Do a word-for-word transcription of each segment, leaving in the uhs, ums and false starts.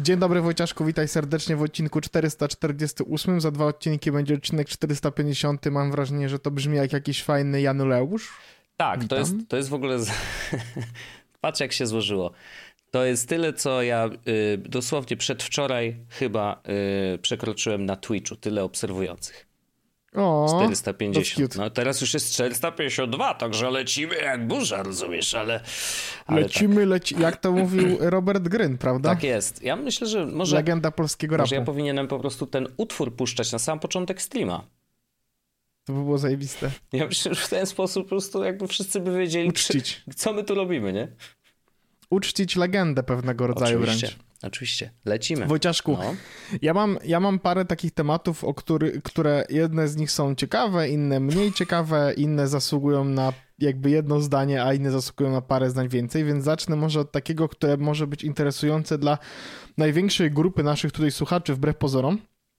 Dzień dobry Wojciaszku, witaj serdecznie w odcinku czterysta czterdziestym ósmym. Za dwa odcinki będzie odcinek czterysta pięćdziesiąty. Mam wrażenie, że to brzmi jak jakiś fajny Januleusz. Tak, to jest, to jest w ogóle... Z... Patrz jak się złożyło. To jest tyle, co ja y, dosłownie przedwczoraj chyba y, przekroczyłem na Twitchu. Tyle obserwujących. O, czterysta pięćdziesiąt. No teraz już jest czterysta pięćdziesiąt dwa, także lecimy jak burza, rozumiesz, ale... ale lecimy, tak. leci... Jak to mówił Robert Gryn, prawda? Tak jest. Ja myślę, że może... Legenda polskiego rapu. Może ja powinienem po prostu ten utwór puszczać na sam początek streama. To by było zajebiste. Ja myślę, że w ten sposób po prostu jakby wszyscy by wiedzieli, Uczcić. Czy, co my tu robimy, nie? Uczcić legendę pewnego rodzaju Oczywiście. wręcz. Oczywiście. Lecimy. Wojciaszku, no. ja, mam, ja mam parę takich tematów, o który, które jedne z nich są ciekawe, inne mniej ciekawe, inne zasługują na jakby jedno zdanie, a inne zasługują na parę zdań więcej, więc zacznę może od takiego, które może być interesujące dla największej grupy naszych tutaj słuchaczy, wbrew pozorom,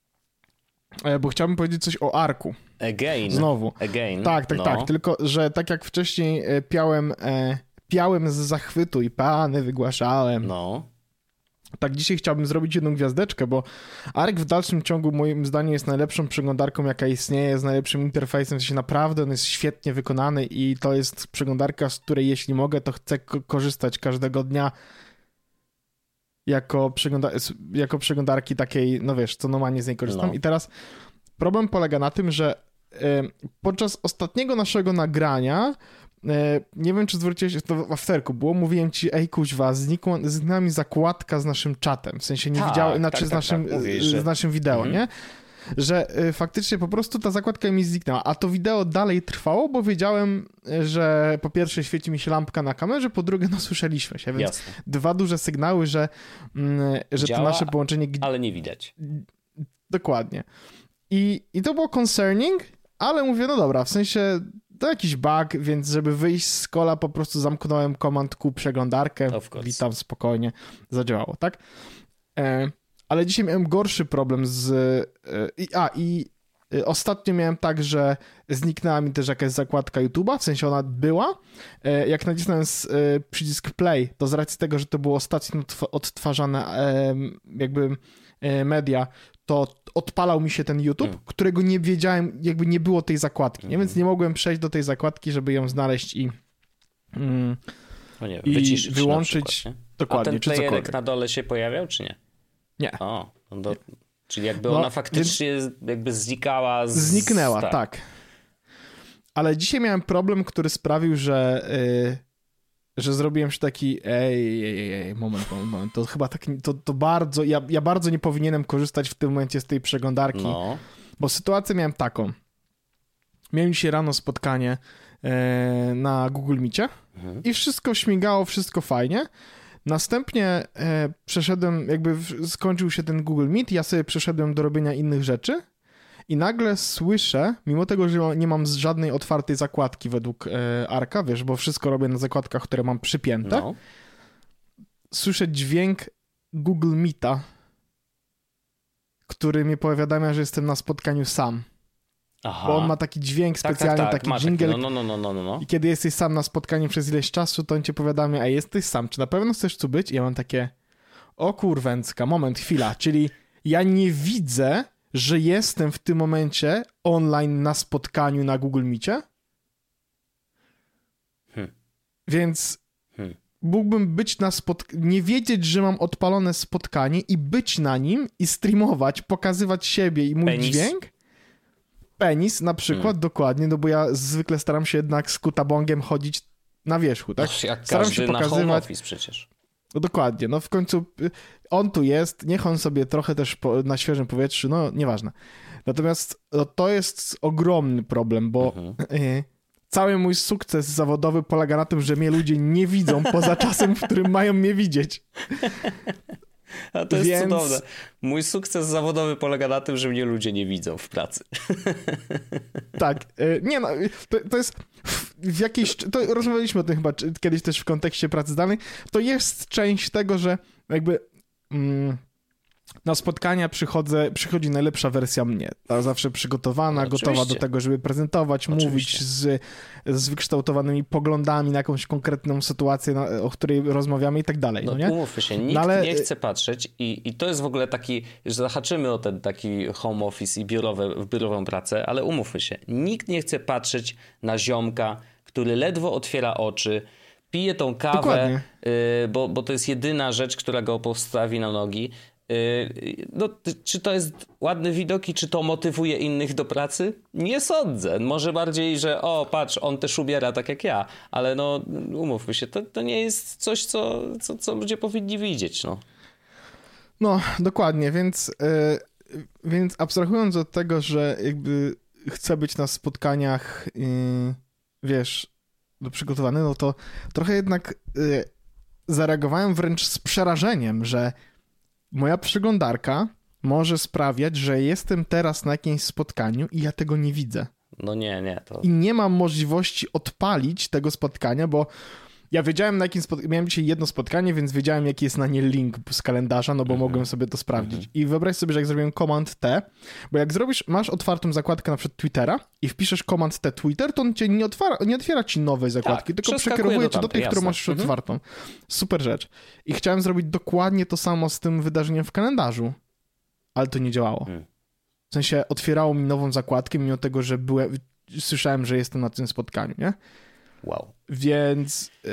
bo chciałbym powiedzieć coś o Arku. Again. Znowu. Again. Tak, tak, no. tak, tylko że tak jak wcześniej piałem, piałem z zachwytu i pany wygłaszałem. No. Tak, dzisiaj chciałbym zrobić jedną gwiazdeczkę, bo Ark w dalszym ciągu moim zdaniem jest najlepszą przeglądarką, jaka istnieje, z najlepszym interfejsem, w sensie naprawdę on jest świetnie wykonany i to jest przeglądarka, z której jeśli mogę, to chcę ko- korzystać każdego dnia jako, przegląda- jako przeglądarki takiej, no wiesz, co normalnie z niej korzystam. No. I teraz problem polega na tym, że y, podczas ostatniego naszego nagrania nie wiem, czy zwróciłeś się, to w afterku było, mówiłem ci, ej kuźwa, znikła, zniknęła mi zakładka z naszym czatem, w sensie nie tak, widziałem, znaczy tak, z, naszym, tak, tak. Mówisz, z że... naszym wideo, mm-hmm. nie? Że y, faktycznie po prostu ta zakładka mi zniknęła, a to wideo dalej trwało, bo wiedziałem, że po pierwsze świeci mi się lampka na kamerze, po drugie no słyszeliśmy się, więc Jasne. dwa duże sygnały, że, mm, że Działa, to nasze połączenie... ale nie widać. Dokładnie. I, I to było concerning, ale mówię, no dobra, w sensie to jakiś bug, więc żeby wyjść z kola po prostu zamknąłem Command Q przeglądarkę, witam, spokojnie, zadziałało, tak? E, ale dzisiaj miałem gorszy problem z... E, i, a, i e, ostatnio miałem tak, że zniknęła mi też jakaś zakładka YouTube'a, w sensie ona była. E, jak nacisnąłem z, e, przycisk play, to z racji tego, że to było ostatnio odtwarzane e, jakby e, media, to odpalał mi się ten YouTube, mm. którego nie wiedziałem, jakby nie było tej zakładki, nie? Więc nie mogłem przejść do tej zakładki, żeby ją znaleźć i, mm, no nie, i wyłączyć. Przykład, dokładnie, a ten czy playerek cokolwiek. na dole się pojawiał, czy nie? Nie. O, no do, czyli jakby no, ona faktycznie więc... jakby znikała. Z... Zniknęła, tak. tak. Ale dzisiaj miałem problem, który sprawił, że... Yy... że zrobiłem się taki, ej, ej, ej, moment, moment, moment, to chyba tak, to, to bardzo, ja, ja bardzo nie powinienem korzystać w tym momencie z tej przeglądarki, no. bo sytuację miałem taką. Miałem dzisiaj rano spotkanie e, na Google Meetie mhm. i wszystko śmigało, wszystko fajnie. Następnie e, przeszedłem, jakby w, skończył się ten Google Meet, ja sobie przeszedłem do robienia innych rzeczy. I nagle słyszę, mimo tego, że nie mam żadnej otwartej zakładki według e, Arka, wiesz, bo wszystko robię na zakładkach, które mam przypięte, no. Słyszę dźwięk Google Meeta, który mi powiadamia, że jestem na spotkaniu sam. Aha. Bo on ma taki dźwięk specjalny, tak, tak, tak. taki dżingiel. No, no, no, no, no, no. I kiedy jesteś sam na spotkaniu przez ileś czasu, to on cię powiadamia, a jesteś sam, czy na pewno chcesz tu być? I ja mam takie, o kurwęcka, moment, chwila, czyli ja nie widzę, że jestem w tym momencie online na spotkaniu na Google Meetie. Hmm. Więc hmm. mógłbym być na spotkaniu, nie wiedzieć, że mam odpalone spotkanie i być na nim i streamować, pokazywać siebie i mój Penis. dźwięk. Penis na przykład, hmm. dokładnie, no bo ja zwykle staram się jednak z kutabongiem chodzić na wierzchu, tak? No, jak staram każdy się pokazywać. Na home office przecież. No dokładnie, no w końcu on tu jest, niech on sobie trochę też po, na świeżym powietrzu, no nieważne. Natomiast no, to jest ogromny problem, bo mhm. y, cały mój sukces zawodowy polega na tym, że mnie ludzie nie widzą poza czasem, w którym mają mnie widzieć. A to jest Więc... cudowne. Mój sukces zawodowy polega na tym, że mnie ludzie nie widzą w pracy. Tak. Y, nie no, to, to jest w jakiejś... To rozmawialiśmy o tym chyba kiedyś też w kontekście pracy zdalnej. To jest część tego, że jakby... Mm, na spotkania przychodzę, przychodzi najlepsza wersja mnie. Ta zawsze przygotowana, no, gotowa do tego, żeby prezentować, oczywiście. Mówić z, z wykształtowanymi poglądami na jakąś konkretną sytuację, na, o której rozmawiamy i tak dalej. No, no nie? Umówmy się, nikt no, ale... nie chce patrzeć i, i to jest w ogóle taki, że zahaczymy o ten taki home office i biurowe, biurową pracę, ale umówmy się, nikt nie chce patrzeć na ziomka, który ledwo otwiera oczy, pije tą kawę, y, bo, bo to jest jedyna rzecz, która go postawi na nogi. No, czy to jest ładny widok i czy to motywuje innych do pracy? Nie sądzę. Może bardziej, że o, patrz, on też ubiera tak jak ja, ale no, umówmy się, to, to nie jest coś, co, co, co ludzie powinni widzieć, no. No, dokładnie, więc, yy, więc abstrahując od tego, że jakby chcę być na spotkaniach, yy, wiesz, do przygotowany, no to trochę jednak yy, zareagowałem wręcz z przerażeniem, że moja przeglądarka może sprawiać, że jestem teraz na jakimś spotkaniu i ja tego nie widzę. No nie, nie. To... I nie mam możliwości odpalić tego spotkania, bo ja wiedziałem na jakim spotkaniu, miałem dzisiaj jedno spotkanie, więc wiedziałem jaki jest na nie link z kalendarza, no bo mm-hmm. mogłem sobie to sprawdzić. Mm-hmm. I wyobraź sobie, że jak zrobiłem Command T, bo jak zrobisz, masz otwartą zakładkę na przykład Twittera i wpiszesz Command T Twitter, to on cię nie, otwara, nie otwiera ci nowej zakładki, tak, tylko przekierowuje cię do tej, którą masz już mm-hmm. otwartą. Super rzecz. I chciałem zrobić dokładnie to samo z tym wydarzeniem w kalendarzu, ale to nie działało. Mm. W sensie otwierało mi nową zakładkę, mimo tego, że byłem, słyszałem, że jestem na tym spotkaniu, nie? Wow. Więc yy,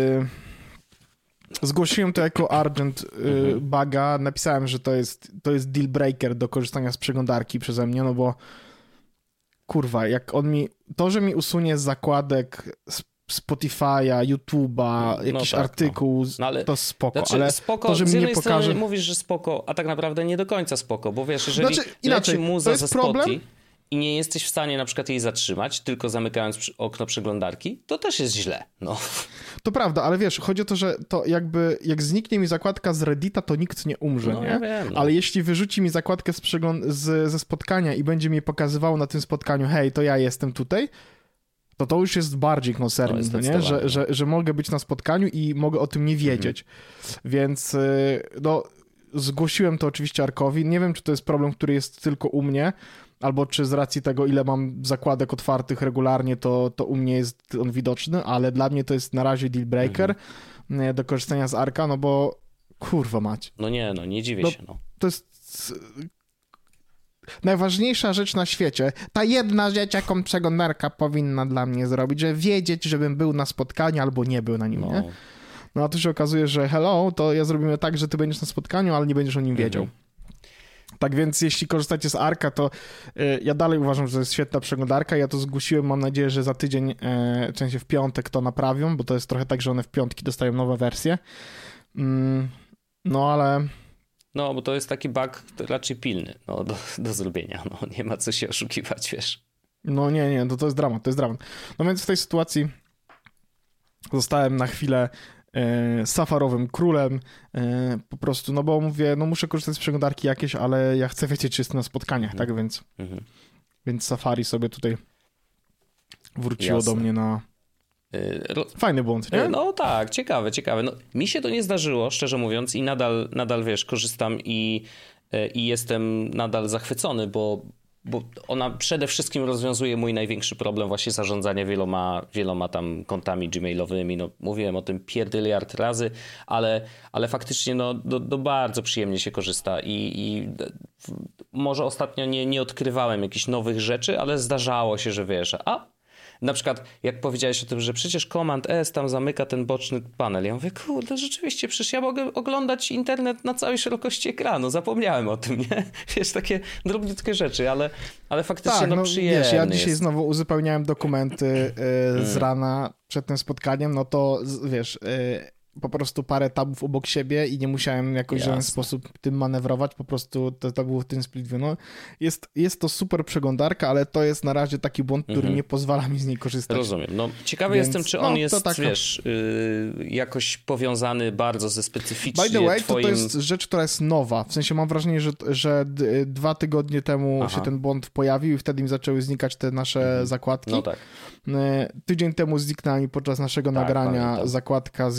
zgłosiłem to jako urgent yy, mhm. buga. Napisałem, że to jest, to jest deal breaker do korzystania z przeglądarki przeze mnie, no bo kurwa, jak on mi, to, że mi usunie z zakładek Spotify'a, YouTube'a, jakiś no tak, artykuł, no. No ale, to spoko, znaczy, ale spoko, to, że mi nie pokaże... strony mówisz, że spoko, a tak naprawdę nie do końca spoko, bo wiesz, jeżeli znaczy, inaczej, leci muza ze problem? Spotify i nie jesteś w stanie na przykład jej zatrzymać, tylko zamykając okno przeglądarki, to też jest źle. No. To prawda, ale wiesz, chodzi o to, że to jakby jak zniknie mi zakładka z Reddita, to nikt nie umrze, no, nie? Ja wiem, no. Ale jeśli wyrzuci mi zakładkę z przegląd- z, ze spotkania i będzie mi pokazywało na tym spotkaniu, hej, to ja jestem tutaj, to to już jest bardziej concerning, no nie? Że, że, że mogę być na spotkaniu i mogę o tym nie wiedzieć. Mhm. Więc no, zgłosiłem to oczywiście Arkowi. Nie wiem, czy to jest problem, który jest tylko u mnie, albo czy z racji tego, ile mam zakładek otwartych regularnie, to, to u mnie jest on widoczny, ale dla mnie to jest na razie deal breaker mhm. do korzystania z Arka, no bo kurwa mać. No nie, no nie dziwię no, się. No. To jest najważniejsza rzecz na świecie. Ta jedna rzecz, jaką przeglądarka powinna dla mnie zrobić, że wiedzieć, żebym był na spotkaniu albo nie był na nim, no. nie? No a tu się okazuje, że hello, to ja zrobimy tak, że ty będziesz na spotkaniu, ale nie będziesz o nim wiedział. Mhm. Tak więc jeśli korzystacie z Arka, to y, ja dalej uważam, że to jest świetna przeglądarka. Ja to zgłosiłem, mam nadzieję, że za tydzień, y, w sensie w piątek to naprawią, bo to jest trochę tak, że one w piątki dostają nowe wersje. Mm, no ale... No, bo to jest taki bug raczej pilny no, do, do zrobienia. No, nie ma co się oszukiwać, wiesz. No nie, nie, to, to jest dramat, to jest dramat. No więc w tej sytuacji zostałem na chwilę e, safarowym królem, e, po prostu, no bo mówię, no muszę korzystać z przeglądarki jakieś, ale ja chcę wiedzieć, czy jestem na spotkaniach, mhm. tak, więc mhm. więc Safari sobie tutaj wróciło Jasne. do mnie na... Fajny błąd, nie? No tak, ciekawe, ciekawe. No, mi się to nie zdarzyło, szczerze mówiąc, i nadal, nadal wiesz, korzystam i, i jestem nadal zachwycony, bo, bo ona przede wszystkim rozwiązuje mój największy problem, właśnie zarządzania wieloma, wieloma tam kontami gmailowymi. No, mówiłem o tym pierdyliard razy, ale, ale faktycznie no, do, do bardzo przyjemnie się korzysta i, i może ostatnio nie, nie odkrywałem jakichś nowych rzeczy, ale zdarzało się, że wiesz, a na przykład jak powiedziałeś o tym, że przecież Command S tam zamyka ten boczny panel. Ja mówię, kurde, rzeczywiście, przecież ja mogę oglądać internet na całej szerokości ekranu. Zapomniałem o tym, nie? Wiesz, takie drobniutkie rzeczy, ale, ale faktycznie tak, no, no przyjemnie wiesz, ja dzisiaj jest. Znowu uzupełniałem dokumenty yy, z rana przed tym spotkaniem, no to wiesz... Yy, po prostu parę tabów obok siebie i nie musiałem jakoś w żaden sposób tym manewrować, po prostu to, to było w tym split view. No, jest, jest to super przeglądarka, ale to jest na razie taki błąd, który mhm. nie pozwala mi z niej korzystać. Rozumiem. No, ciekawy Więc, jestem, czy on no, jest, taka... wiesz, yy, jakoś powiązany bardzo ze specyficznie By the way, twoim... to, to jest rzecz, która jest nowa. W sensie mam wrażenie, że, że d- dwa tygodnie temu Aha. się ten błąd pojawił i wtedy mi zaczęły znikać te nasze mhm. zakładki. No tak. Tydzień temu zniknęła mi podczas naszego tak, nagrania pamiętam. zakładka z, video, z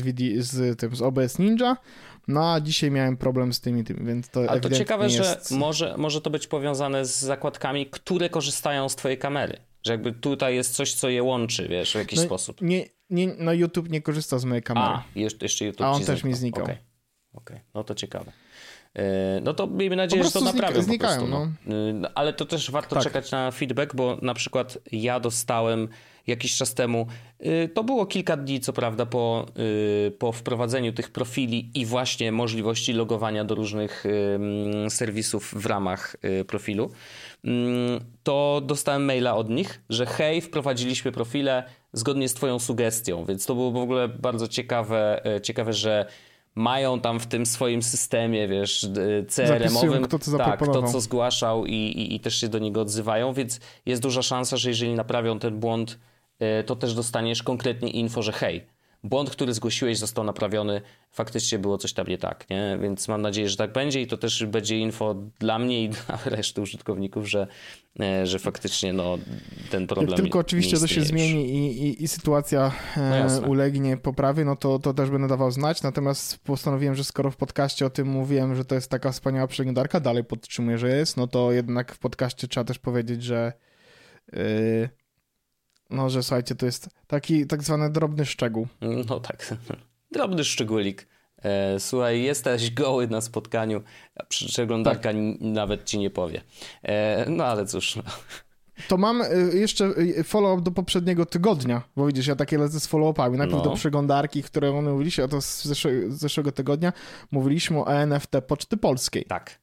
z tym, z O B S Ninja, no a dzisiaj miałem problem z tymi tym, więc to Ale to ciekawe, jest... że może, może to być powiązane z zakładkami, które korzystają z twojej kamery. Że jakby tutaj jest coś, co je łączy, wiesz, w jakiś no, sposób. Nie, nie, no YouTube nie korzysta z mojej kamery. A, jeszcze YouTube A on ci też zniknął. mi znikał. Okej, okay. okay. No to ciekawe. No to miejmy nadzieję, że to naprawią znikają, po prostu. no. No. Ale to też warto tak. czekać na feedback, bo na przykład ja dostałem jakiś czas temu, to było kilka dni co prawda po, po wprowadzeniu tych profili i właśnie możliwości logowania do różnych serwisów w ramach profilu, to dostałem maila od nich, że hej, wprowadziliśmy profile zgodnie z twoją sugestią, więc to było w ogóle bardzo ciekawe, ciekawe, że mają tam w tym swoim systemie, wiesz, C R M-owym, kto to tak, kto co zgłaszał i, i, i też się do niego odzywają, więc jest duża szansa, że jeżeli naprawią ten błąd, to też dostaniesz konkretnie info, że hej, błąd, który zgłosiłeś, został naprawiony, faktycznie było coś tam nie tak, nie? Więc mam nadzieję, że tak będzie i to też będzie info dla mnie i dla reszty użytkowników, że, że faktycznie no, ten problem. Jak tylko oczywiście to się zmieni i, i, i sytuacja no ulegnie poprawie, no to, to też będę dawał znać, natomiast postanowiłem, że skoro w podcaście o tym mówiłem, że to jest taka wspaniała przeglądarka, dalej podtrzymuję, że jest, no to jednak w podcaście trzeba też powiedzieć, że yy, no, że słuchajcie, to jest taki tak zwany drobny szczegół. No tak, drobny szczególik. E, słuchaj, jesteś goły na spotkaniu, a przeglądarka tak. nawet ci nie powie. E, no ale cóż. No. To mam jeszcze follow-up do poprzedniego tygodnia, bo widzisz, ja takie lecę z follow-upami. Najpierw no. do przeglądarki, które one mówiliśmy, a to z zeszłego, z zeszłego tygodnia mówiliśmy o N F T Poczty Polskiej. Tak.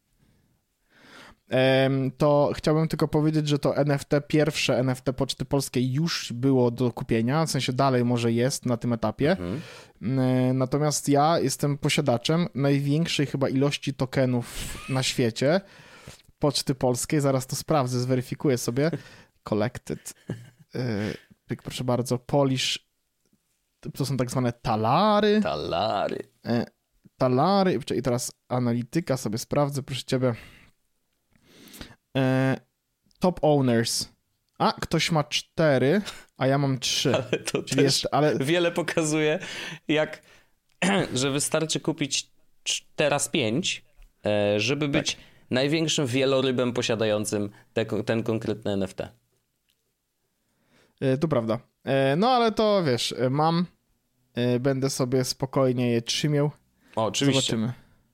To chciałbym tylko powiedzieć, że to N F T, pierwsze N F T Poczty Polskiej już było do kupienia, w sensie dalej może jest na tym etapie. Mhm. Natomiast ja jestem posiadaczem największej chyba ilości tokenów na świecie Poczty Polskiej. Zaraz to sprawdzę, zweryfikuję sobie. Collected. Yy, proszę bardzo, Polish. To są tak zwane talary. Talary. Yy, talary. I teraz analityka sobie sprawdzę, proszę ciebie. Top owners. A, ktoś ma cztery, a ja mam trzy. Ale to Czyli też jest, ale... wiele pokazuje, jak, że wystarczy kupić teraz pięć, żeby być tak. największym wielorybem posiadającym te, ten konkretny N F T. To prawda. No ale to wiesz, mam, będę sobie spokojnie je trzymiał. O, oczywiście. Zobaczymy.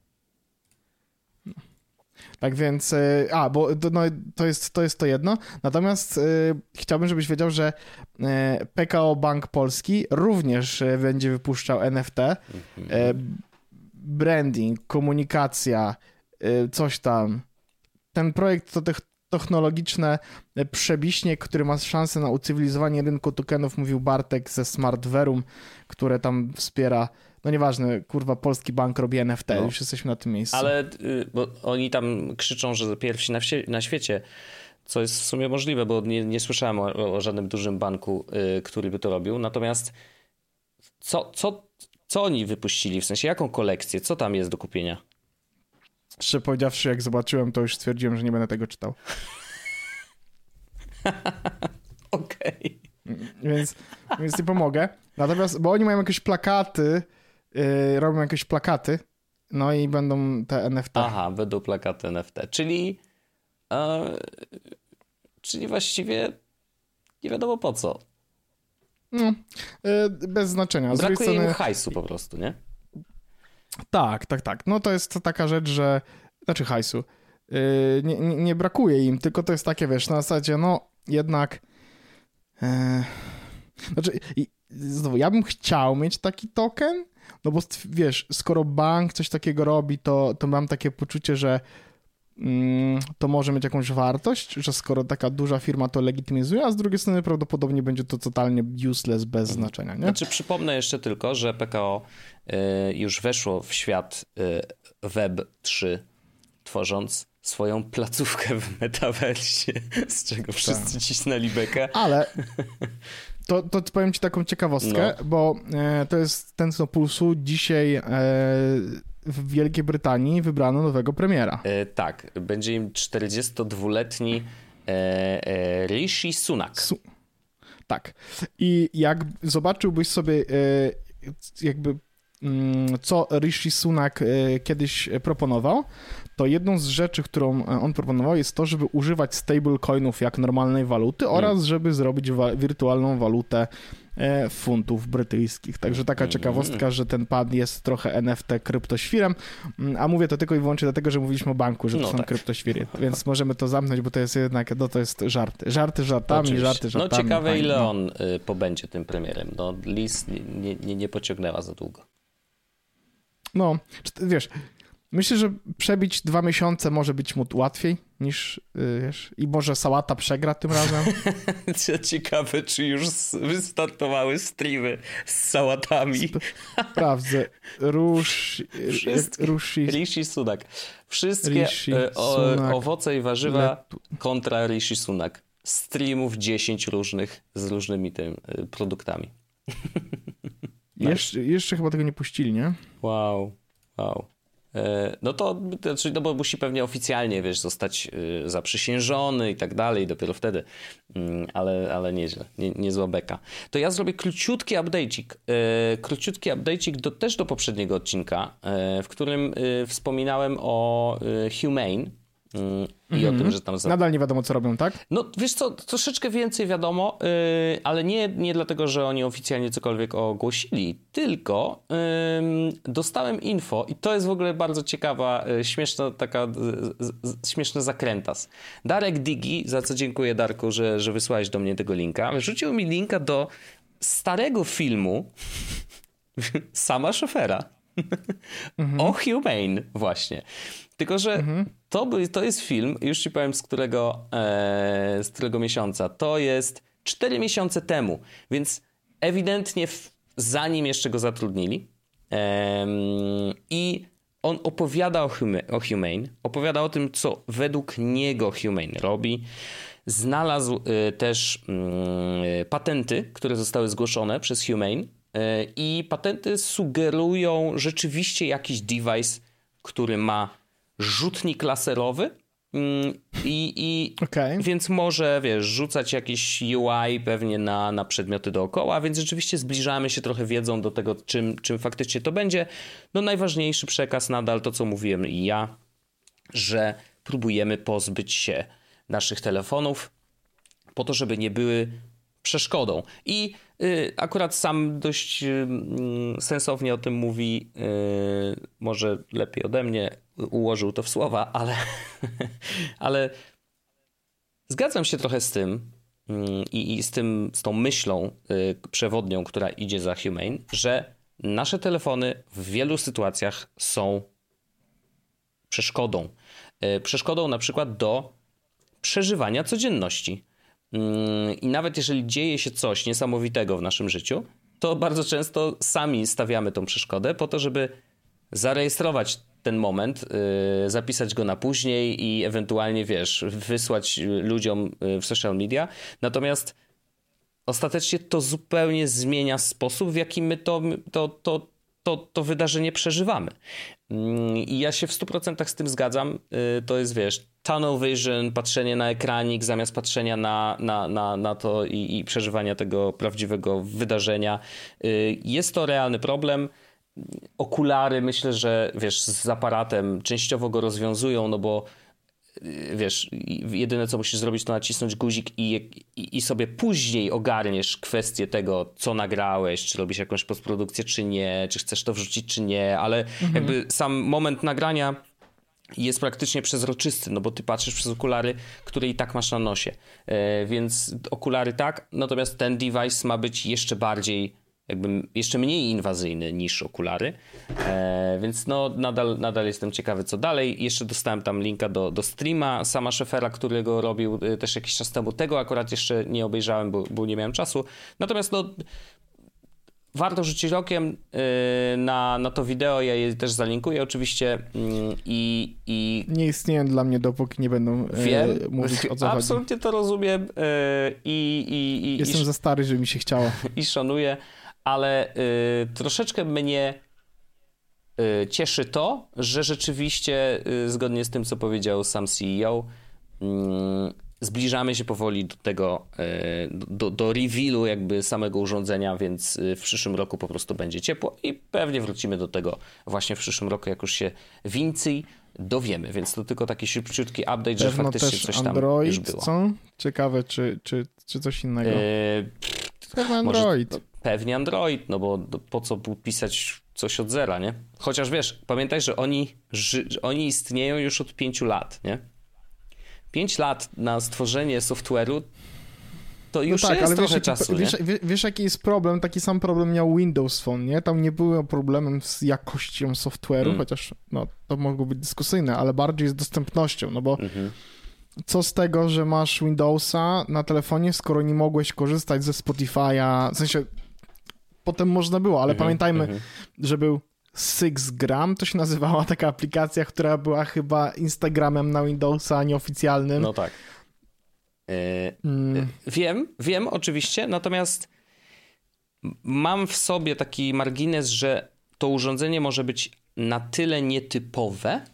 Tak więc, a, bo to, no, to, jest, to jest to jedno. Natomiast y, chciałbym, żebyś wiedział, że y, P K O Bank Polski również y, będzie wypuszczał N F T. Mm-hmm. Y, branding, komunikacja, y, coś tam. Ten projekt to technologiczne przebiśnie, który ma szansę na ucywilizowanie rynku tokenów, mówił Bartek ze Smartverum, które tam wspiera. No nieważne, kurwa, polski bank robi N F T, no. Już jesteśmy na tym miejscu. Ale bo oni tam krzyczą, że pierwsi na, wsie, na świecie, co jest w sumie możliwe, bo nie, nie słyszałem o, o żadnym dużym banku, y, który by to robił. Natomiast co, co, co oni wypuścili? W sensie jaką kolekcję? Co tam jest do kupienia? Szczerze powiedziawszy, jak zobaczyłem, to już stwierdziłem, że nie będę tego czytał. Okej. Okay. Więc, więc nie pomogę. Natomiast, bo oni mają jakieś plakaty, Yy, robią jakieś plakaty, no i będą te N F T. Aha, będą plakaty N F T, czyli e, czyli właściwie nie wiadomo po co. No, yy, bez znaczenia. Z Brakuje strony... im hajsu po prostu, nie? Tak, tak, tak. No to jest taka rzecz, że znaczy hajsu. Yy, nie, nie, nie brakuje im, tylko to jest takie, wiesz, na zasadzie, no jednak yy, znaczy i, znowu, ja bym chciał mieć taki token, no bo wiesz, skoro bank coś takiego robi, to, to mam takie poczucie, że mm, to może mieć jakąś wartość, że skoro taka duża firma to legitymizuje, a z drugiej strony prawdopodobnie będzie to totalnie useless, bez znaczenia, nie? Znaczy przypomnę jeszcze tylko, że P K O y, już weszło w świat y, Web trzy, tworząc swoją placówkę w metaversie, z czego wszyscy tak. cisnęli bekę. Ale to, to powiem ci taką ciekawostkę, no. bo e, to jest Tętno Pulsu. Dzisiaj e, w Wielkiej Brytanii wybrano nowego premiera. E, tak, będzie im czterdziestodwuletni e, e, Rishi Sunak. Su- tak. I jak zobaczyłbyś sobie e, jakby co Rishi Sunak kiedyś proponował, to jedną z rzeczy, którą on proponował, jest to, żeby używać stablecoinów jak normalnej waluty mm. oraz żeby zrobić wa- wirtualną walutę funtów brytyjskich. Także taka ciekawostka, że ten pad jest trochę N F T kryptoświrem, a mówię to tylko i wyłącznie dlatego, że mówiliśmy o banku, że to no są tak. kryptoświry, więc możemy to zamknąć, bo to jest jednak, no to jest żarty. Żarty żartami, Oczywiście. żarty żartami. No ciekawe, fajnie, ile no. on y, pobędzie tym premierem. No Liz nie, nie, nie pociągnęła za długo. No, wiesz, myślę, że przebić dwa miesiące może być mu łatwiej niż, wiesz, i może Sałata przegra tym razem. Ciekawe, czy już wystartowały streamy z Sałatami. Sprawdzę. Rush, Rushi, Rishi Sunak. Wszystkie Rishi o, Sunak. owoce i warzywa Letu. kontra Rishi Sunak. Streamów dziesięć różnych z różnymi tym produktami. Jeszcze, jeszcze chyba tego nie puścili, nie? Wow, wow. No to, no bo musi pewnie oficjalnie, wiesz, zostać zaprzysiężony i tak dalej, dopiero wtedy, ale, ale nieźle, nie, niezła beka. To ja zrobię króciutki update'ik, króciutki update'ik do, też do poprzedniego odcinka, w którym wspominałem o Humane i mm-hmm. o tym, że tam... Za... Nadal nie wiadomo, co robią, tak? No, wiesz co, troszeczkę więcej wiadomo, yy, ale nie, nie dlatego, że oni oficjalnie cokolwiek ogłosili, tylko yy, dostałem info i to jest w ogóle bardzo ciekawa, yy, śmieszna taka, yy, yy, śmieszny zakrętas. Darek Digi, za co dziękuję Darku, że, że wysłałeś do mnie tego linka, wrzucił mi linka do starego filmu Sama Szofera mm-hmm. o Humane właśnie. Tylko, że mm-hmm. to, by, to jest film, już ci powiem z którego, e, z którego miesiąca. To jest cztery miesiące temu, więc ewidentnie w, zanim jeszcze go zatrudnili. E, I on opowiada o, huma, o Humane, opowiada o tym, co według niego Humane robi. Znalazł e, też e, patenty, które zostały zgłoszone przez Humane e, i patenty sugerują rzeczywiście jakiś device, który ma rzutnik laserowy i, i okay. więc może, wiesz, rzucać jakiś U I pewnie na, na przedmioty dookoła, więc rzeczywiście zbliżamy się trochę wiedzą do tego, czym, czym faktycznie to będzie. No najważniejszy przekaz nadal to, co mówiłem i ja, że próbujemy pozbyć się naszych telefonów po to, żeby nie były przeszkodą. I y, akurat sam dość y, sensownie o tym mówi, y, może lepiej ode mnie ułożył to w słowa, ale, ale zgadzam się trochę z tym y, i z tym, z tą myślą y, przewodnią, która idzie za Humane, że nasze telefony w wielu sytuacjach są przeszkodą. Y, przeszkodą na przykład do przeżywania codzienności. I nawet jeżeli dzieje się coś niesamowitego w naszym życiu, to bardzo często sami stawiamy tą przeszkodę po to, żeby zarejestrować ten moment, yy, zapisać go na później i ewentualnie, wiesz, wysłać ludziom w social media. Natomiast ostatecznie to zupełnie zmienia sposób, w jaki my to, to, to, to, to wydarzenie przeżywamy. I ja się w stu procentach z tym zgadzam. To jest, wiesz, tunnel vision, patrzenie na ekranik zamiast patrzenia na, na, na, na to i, i przeżywania tego prawdziwego wydarzenia. Jest to realny problem. Okulary, myślę, że, wiesz, z aparatem częściowo go rozwiązują, no bo wiesz, jedyne co musisz zrobić, to nacisnąć guzik i, i, i sobie później ogarniesz kwestię tego, co nagrałeś, czy robisz jakąś postprodukcję, czy nie, czy chcesz to wrzucić, czy nie, ale mhm. jakby sam moment nagrania jest praktycznie przezroczysty, no bo ty patrzysz przez okulary, które i tak masz na nosie, e, więc okulary tak, natomiast ten device ma być jeszcze bardziej jakby jeszcze mniej inwazyjny niż okulary, e, więc no nadal, nadal jestem ciekawy, co dalej. Jeszcze dostałem tam linka do, do streama Sama Szefera, którego robił też jakiś czas temu. Tego akurat jeszcze nie obejrzałem, bo, bo nie miałem czasu. Natomiast no warto rzucić okiem y, na, na to wideo, ja je też zalinkuję oczywiście y, i... i... Nie istnieją dla mnie, dopóki nie będą Wiem, y, mówić o co chodzi. Absolutnie to rozumiem y, i, i, i... Jestem i, za stary, żeby mi się chciało. I szanuję. Ale y, troszeczkę mnie y, cieszy to, że rzeczywiście y, zgodnie z tym, co powiedział sam C E O, y, zbliżamy się powoli do tego, do, do revealu jakby samego urządzenia, więc w przyszłym roku po prostu będzie ciepło i pewnie wrócimy do tego właśnie w przyszłym roku, jak już się więcej dowiemy, więc to tylko taki szybciutki update, że Pewno faktycznie też coś tam Android, już było. Co? Ciekawe, czy, czy, czy coś innego. Eee, Pewnie Android. Może, pewnie Android, no bo po co pisać coś od zera, nie? Chociaż wiesz, pamiętaj, że oni, że oni istnieją już od pięciu lat, nie? Pięć lat na stworzenie software'u to już no tak, jest ale trochę wiesz, czasu, wiesz, nie? Wiesz, wiesz, jaki jest problem? Taki sam problem miał Windows Phone, nie? Tam nie było problemem z jakością software'u, mm. chociaż no, to mogło być dyskusyjne, ale bardziej z dostępnością, no bo mm-hmm. co z tego, że masz Windowsa na telefonie, skoro nie mogłeś korzystać ze Spotify'a, w sensie potem można było, ale mm-hmm, pamiętajmy, mm-hmm. że był six gram, to się nazywała taka aplikacja, która była chyba Instagramem na Windowsa nieoficjalnym. No tak. Yy, mm. Wiem, wiem oczywiście, natomiast mam w sobie taki margines, że to urządzenie może być na tyle nietypowe,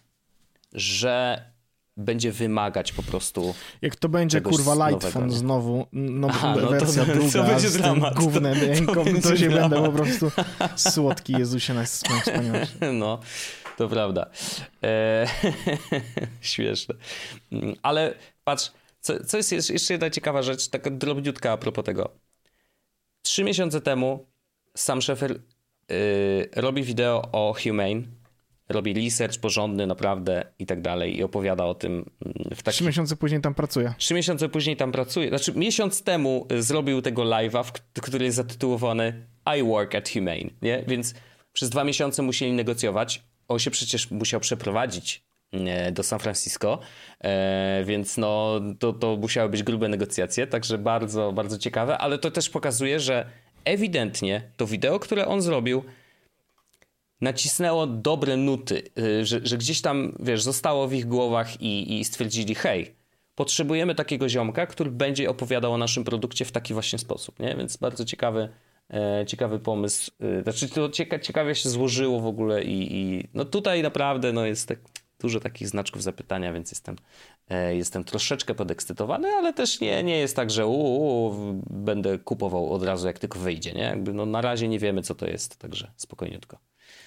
że będzie wymagać po prostu. Jak to będzie kurwa Lightphone znowu, no, Aha, no wersja to, druga, to będzie z dramat. tym gównem ręką, to, to, to się dramat. będę po prostu słodki Jezusie na swoim wspaniałości. No, to prawda. E... Śmieszne. Ale patrz, co, co jest jeszcze jedna ciekawa rzecz, taka drobniutka a propos tego. Trzy miesiące temu Sam Sheffer yy, robi wideo o Humane, robi research porządny naprawdę i tak dalej i opowiada o tym w taki... Trzy miesiące później tam pracuje. Trzy miesiące później tam pracuje. Znaczy miesiąc temu zrobił tego live'a, który jest zatytułowany I work at Humane, nie? Więc przez dwa miesiące musieli negocjować. On się przecież musiał przeprowadzić do San Francisco, e, więc no to, to musiały być grube negocjacje, także bardzo, bardzo ciekawe, ale to też pokazuje, że ewidentnie to wideo, które on zrobił, nacisnęło dobre nuty, że, że gdzieś tam, wiesz, zostało w ich głowach i, i stwierdzili, hej, potrzebujemy takiego ziomka, który będzie opowiadał o naszym produkcie w taki właśnie sposób, nie? Więc bardzo ciekawy, e, ciekawy pomysł. E, znaczy to cieka, ciekawie się złożyło w ogóle i, i no tutaj naprawdę no jest tak dużo takich znaczków zapytania, więc jestem, e, jestem troszeczkę podekscytowany, ale też nie, nie jest tak, że u, u, będę kupował od razu, jak tylko wyjdzie, nie? Jakby no na razie nie wiemy, co to jest, także spokojniutko.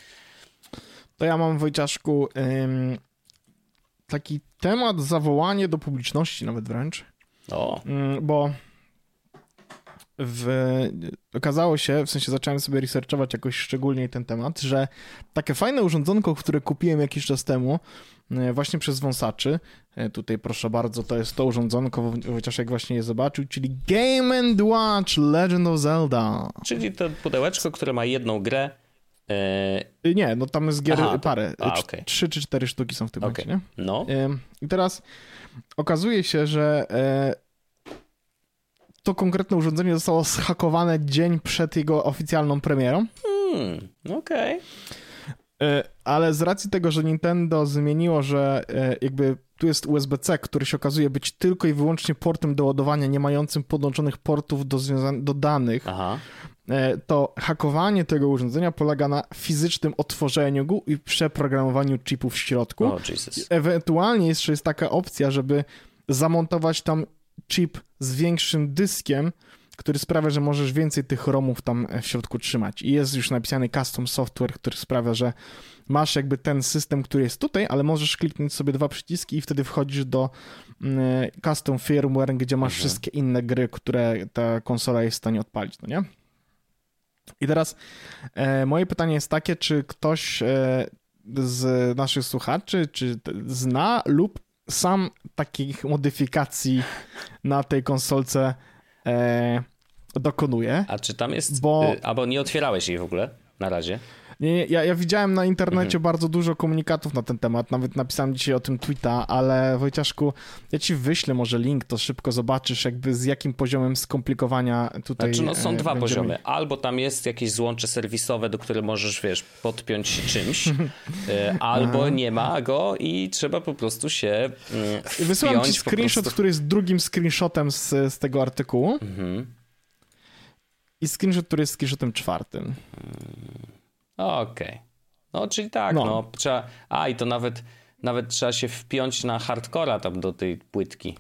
To ja mam, Wojciaszku, ym, taki temat, zawołanie do publiczności nawet wręcz. O. Ym, bo w, okazało się, w sensie zacząłem sobie researchować jakoś szczególniej ten temat, że takie fajne urządzonko, które kupiłem jakiś czas temu, właśnie przez wąsaczy, tutaj proszę bardzo, to jest to urządzonko, chociaż jak właśnie je zobaczył, czyli Game and Watch Legend of Zelda. Czyli to pudełeczko, które ma jedną grę. Yy... Nie, no tam jest gier Aha, parę, a, okay. trzy czy cztery sztuki są w tym okay. momencie, nie? No. Yy, I teraz okazuje się, że yy, to konkretne urządzenie zostało zhakowane dzień przed jego oficjalną premierą. Hmm, okej. Okay. Ale z racji tego, że Nintendo zmieniło, że jakby tu jest U S B C, który się okazuje być tylko i wyłącznie portem do ładowania, nie mającym podłączonych portów do, związa- do danych, Aha. to hakowanie tego urządzenia polega na fizycznym otworzeniu go i przeprogramowaniu chipów w środku. Oh, Jesus. Ewentualnie jeszcze jest taka opcja, żeby zamontować tam chip z większym dyskiem, który sprawia, że możesz więcej tych ROMów tam w środku trzymać. I jest już napisany custom software, który sprawia, że masz jakby ten system, który jest tutaj, ale możesz kliknąć sobie dwa przyciski i wtedy wchodzisz do y, custom firmware, gdzie masz mhm. wszystkie inne gry, które ta konsola jest w stanie odpalić, no nie? I teraz e, moje pytanie jest takie, czy ktoś e, z naszych słuchaczy, czy t- zna lub sam takich modyfikacji na tej konsolce e, dokonuje. A czy tam jest, bo... y, albo nie otwierałeś jej w ogóle na razie? Nie, nie, ja, ja widziałem na internecie mhm. bardzo dużo komunikatów na ten temat, nawet napisałem dzisiaj o tym tweeta, ale Wojciaszku, ja ci wyślę może link, to szybko zobaczysz jakby z jakim poziomem skomplikowania tutaj Znaczy no są dwa będziemy... poziomy, albo tam jest jakieś złącze serwisowe, do których możesz, wiesz, podpiąć się czymś, albo nie ma go i trzeba po prostu się wpiąć. Wysyłam ci screenshot, prostu... który jest drugim screenshotem z, z tego artykułu mhm. i screenshot, który jest screenshotem czwartym. Hmm. Okej. Okay. No, czyli tak, no. no. Trzeba... A, i to nawet, nawet trzeba się wpiąć na hardcora tam do tej płytki. Tak.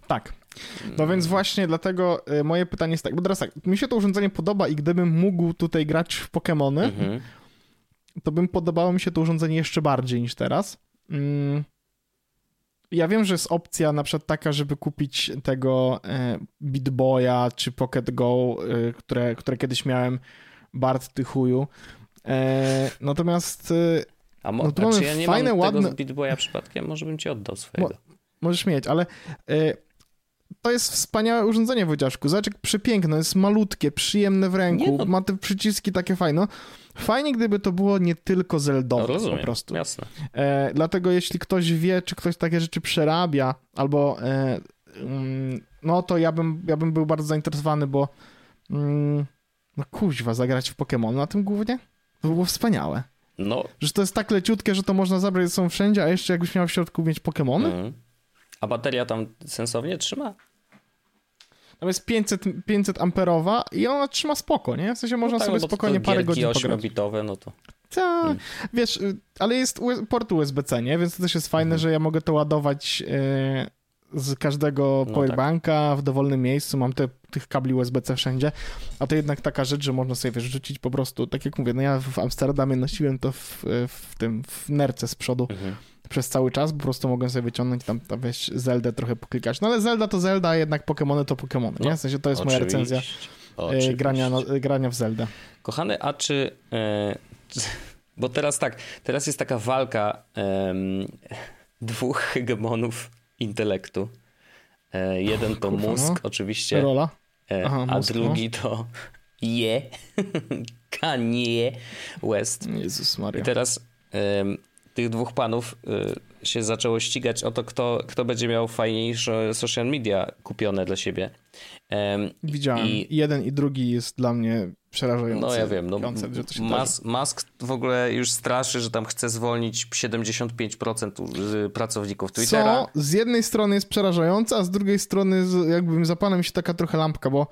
No więc właśnie dlatego moje pytanie jest tak, bo teraz tak, mi się to urządzenie podoba i gdybym mógł tutaj grać w Pokemony, mhm. to bym podobało mi się to urządzenie jeszcze bardziej niż teraz. Mm. Ja wiem, że jest opcja na przykład taka, żeby kupić tego e, Beat Boya czy Pocket Go, e, które, które kiedyś miałem, Bart ty chuju. E, natomiast e, A, mo- no a czy ja nie fajne, mam ładne... tego Beat Boya przypadkiem? Może bym ci oddał swojego. Mo- możesz mieć, ale e, to jest wspaniałe urządzenie, Wojciaszku. Zobacz, jak przepiękne, jest malutkie, przyjemne w ręku, no... ma te przyciski takie fajne. Fajnie, gdyby to było nie tylko zeldowe, no, rozumiem, po prostu. Jasne. E, dlatego jeśli ktoś wie, czy ktoś takie rzeczy przerabia, albo e, mm, no to ja bym, ja bym był bardzo zainteresowany, bo mm, no kuźwa, zagrać w Pokémon na tym głównie? To było wspaniałe. No. Że to jest tak leciutkie, że to można zabrać ze sobą wszędzie, a jeszcze jakbyś miał w środku mieć Pokémony? Mm. A bateria tam sensownie trzyma? Tam jest pięćset, pięćset amperowa i ona trzyma spoko, nie? W sensie można no tak, sobie spokojnie parę godzin pograć. ośmiobitowe, no to... Tak, hmm. wiesz, ale jest port U S B C, nie? Więc to też jest fajne, hmm. że ja mogę to ładować e, z każdego no powerbanka tak. w dowolnym miejscu. Mam te, tych kabli U S B C wszędzie, a to jednak taka rzecz, że można sobie, wiesz, rzucić po prostu, tak jak mówię, no ja w Amsterdamie nosiłem to w, w tym, w nerce z przodu. Hmm. Przez cały czas, po prostu mogłem sobie wyciągnąć tam, tam wiesz, Zeldę trochę poklikać. No ale Zelda to Zelda, a jednak Pokemony to Pokemony, nie? W sensie to jest moja recenzja e, grania, no, grania w Zeldę. Kochany, a czy... E, bo teraz tak, teraz jest taka walka e, dwóch hegemonów intelektu. E, jeden to Kurwa, mózg, no. oczywiście, Rola. E, Aha, a mózg, drugi no. to je, Kanye West. Jezus Maria. I teraz... E, tych dwóch panów y, się zaczęło ścigać o to, kto, kto będzie miał fajniejsze social media kupione dla siebie. Um, Widziałem. I jeden i drugi jest dla mnie przerażający. No ja wiem. No, że to się Mas- Musk w ogóle już straszy, że tam chce zwolnić siedemdziesiąt pięć procent pracowników Twittera. Co z jednej strony jest przerażające, a z drugiej strony jakby zapala mi się taka trochę lampka, bo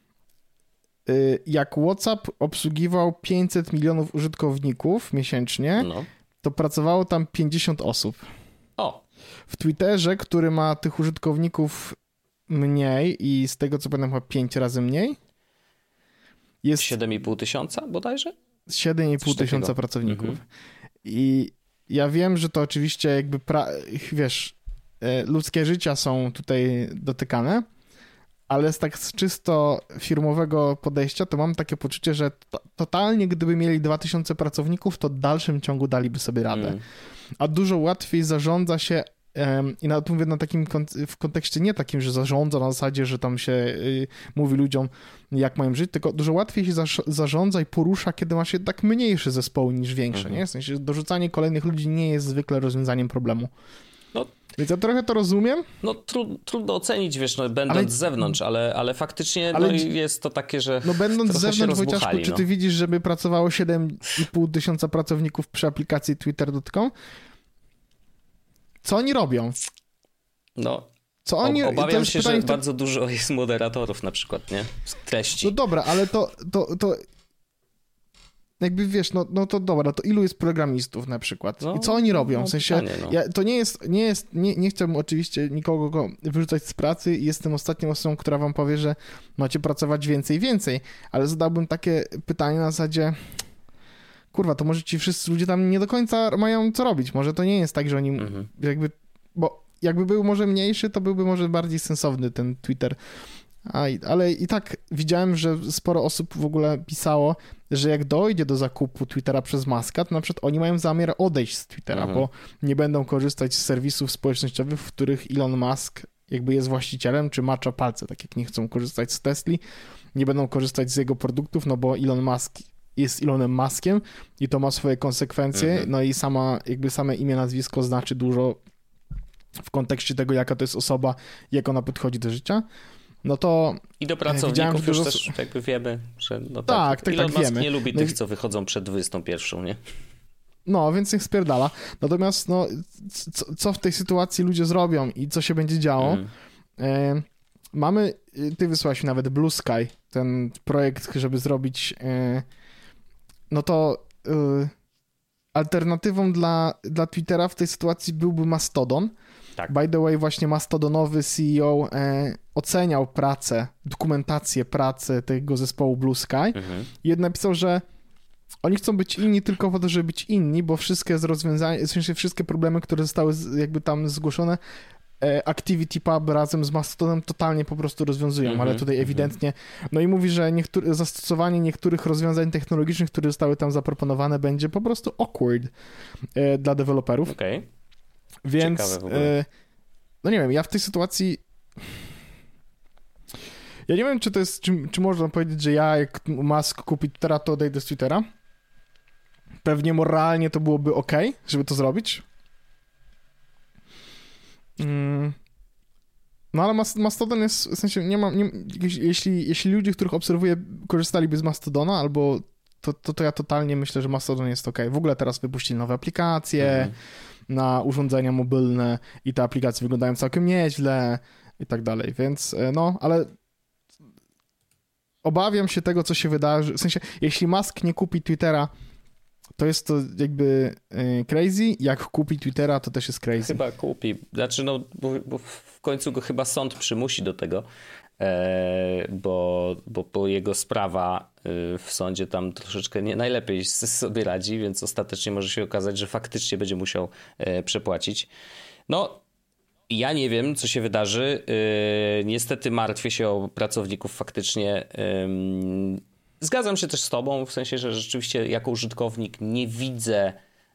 y, jak WhatsApp obsługiwał pięćset milionów użytkowników miesięcznie, no. to pracowało tam pięćdziesiąt osób. O. W Twitterze, który ma tych użytkowników mniej i z tego co pamiętam chyba pięć razy mniej, jest... siedem i pół tysiąca bodajże? siedem i pół tysiąca pracowników. Mhm. I ja wiem, że to oczywiście jakby, pra... wiesz, ludzkie życia są tutaj dotykane, ale z tak z czysto firmowego podejścia to mam takie poczucie, że to, totalnie gdyby mieli dwa tysiące pracowników, to w dalszym ciągu daliby sobie radę. Mm. A dużo łatwiej zarządza się um, i nawet mówię na takim kont- w kontekście nie takim, że zarządza na zasadzie, że tam się y, mówi ludziom jak mają żyć, tylko dużo łatwiej się za- zarządza i porusza, kiedy ma się tak mniejsze zespoły niż większe, mm-hmm. nie? W sensie dorzucanie kolejnych ludzi nie jest zwykle rozwiązaniem problemu. No. Więc ja trochę to rozumiem. No tru, trudno ocenić, wiesz, no, będąc ale, z zewnątrz, ale, ale faktycznie ale, no, jest to takie, że no będąc z zewnątrz, Wojciaszku, no. czy ty widzisz, żeby pracowało siedem i pół tysiąca pracowników przy aplikacji twitter kropka com? Co oni robią? No, Co oni, obawiam się, pytanie, że to... bardzo dużo jest moderatorów na przykład, nie? Z treści. No dobra, ale to... to, to... Jakby wiesz, no, no to dobra, to ilu jest programistów na przykład? No, I co oni robią? No, w sensie, pytanie, no. ja, to nie jest, nie jest, nie, nie chciałbym oczywiście nikogo go wyrzucać z pracy i jestem ostatnią osobą, która wam powie, że macie pracować więcej, więcej, ale zadałbym takie pytanie na zasadzie, kurwa, to może ci wszyscy ludzie tam nie do końca mają co robić, może to nie jest tak, że oni mhm. jakby, bo jakby był może mniejszy, to byłby może bardziej sensowny ten Twitter. A, ale i tak widziałem, że sporo osób w ogóle pisało, że jak dojdzie do zakupu Twittera przez Muska, to na przykład oni mają zamiar odejść z Twittera, mhm. bo nie będą korzystać z serwisów społecznościowych, w których Elon Musk jakby jest właścicielem, czy macza palce, tak jak nie chcą korzystać z Tesli, nie będą korzystać z jego produktów, no bo Elon Musk jest Elonem Muskiem i to ma swoje konsekwencje, mhm. no i sama, jakby same imię, nazwisko znaczy dużo w kontekście tego, jaka to jest osoba, jak ona podchodzi do życia. No to i do pracowników już dużo... też jakby wiemy, że no tak, tak, tak, Elon tak Musk wiemy. nie lubi no tych, i... co wychodzą przed dwudziestą pierwszą, nie? No, więc niech spierdala. Natomiast no, co, co w tej sytuacji ludzie zrobią i co się będzie działo? Mm. E, mamy, ty wysłałeś mi nawet Blue Sky, ten projekt, żeby zrobić e, no to e, alternatywą dla, dla Twittera w tej sytuacji byłby Mastodon, Tak. By the way, właśnie Mastodonowy C E O e, oceniał pracę, dokumentację pracy tego zespołu Blue Sky mhm. i napisał, że oni chcą być inni tylko po to, żeby być inni, bo wszystkie z rozwiązań, w sensie wszystkie problemy, które zostały z, jakby tam zgłoszone, e, ActivityPub razem z Mastodonem totalnie po prostu rozwiązują, mm-hmm, ale tutaj ewidentnie, mm-hmm. no i mówi, że niektóry, zastosowanie niektórych rozwiązań technologicznych, które zostały tam zaproponowane, będzie po prostu awkward e, dla deweloperów. Okej. Okay. Więc, e, no nie wiem, ja w tej sytuacji ja nie wiem, czy to jest, czy, czy można powiedzieć, że ja, jak Musk kupi Twittera, to odejdę z Twittera. Pewnie moralnie to byłoby ok, żeby to zrobić. Mm. No ale Mastodon jest, w sensie nie mam, nie, jeśli, jeśli ludzie, których obserwuję, korzystaliby z Mastodona, albo to, to, to ja totalnie myślę, że Mastodon jest ok. W ogóle teraz wypuścili nowe aplikacje mhm. na urządzenia mobilne i te aplikacje wyglądają całkiem nieźle i tak dalej, więc no, ale obawiam się tego, co się wydarzy. W sensie, jeśli Musk nie kupi Twittera, to jest to jakby y, crazy. Jak kupi Twittera, to też jest crazy. Chyba kupi. Znaczy, no, bo, bo w końcu go chyba sąd przymusi do tego, e, bo, bo, bo jego sprawa y, w sądzie tam troszeczkę nie najlepiej sobie radzi, więc ostatecznie może się okazać, że faktycznie będzie musiał e, przepłacić. No, ja nie wiem, co się wydarzy. Yy, niestety martwię się o pracowników faktycznie. Yy, zgadzam się też z tobą, w sensie, że rzeczywiście jako użytkownik nie widzę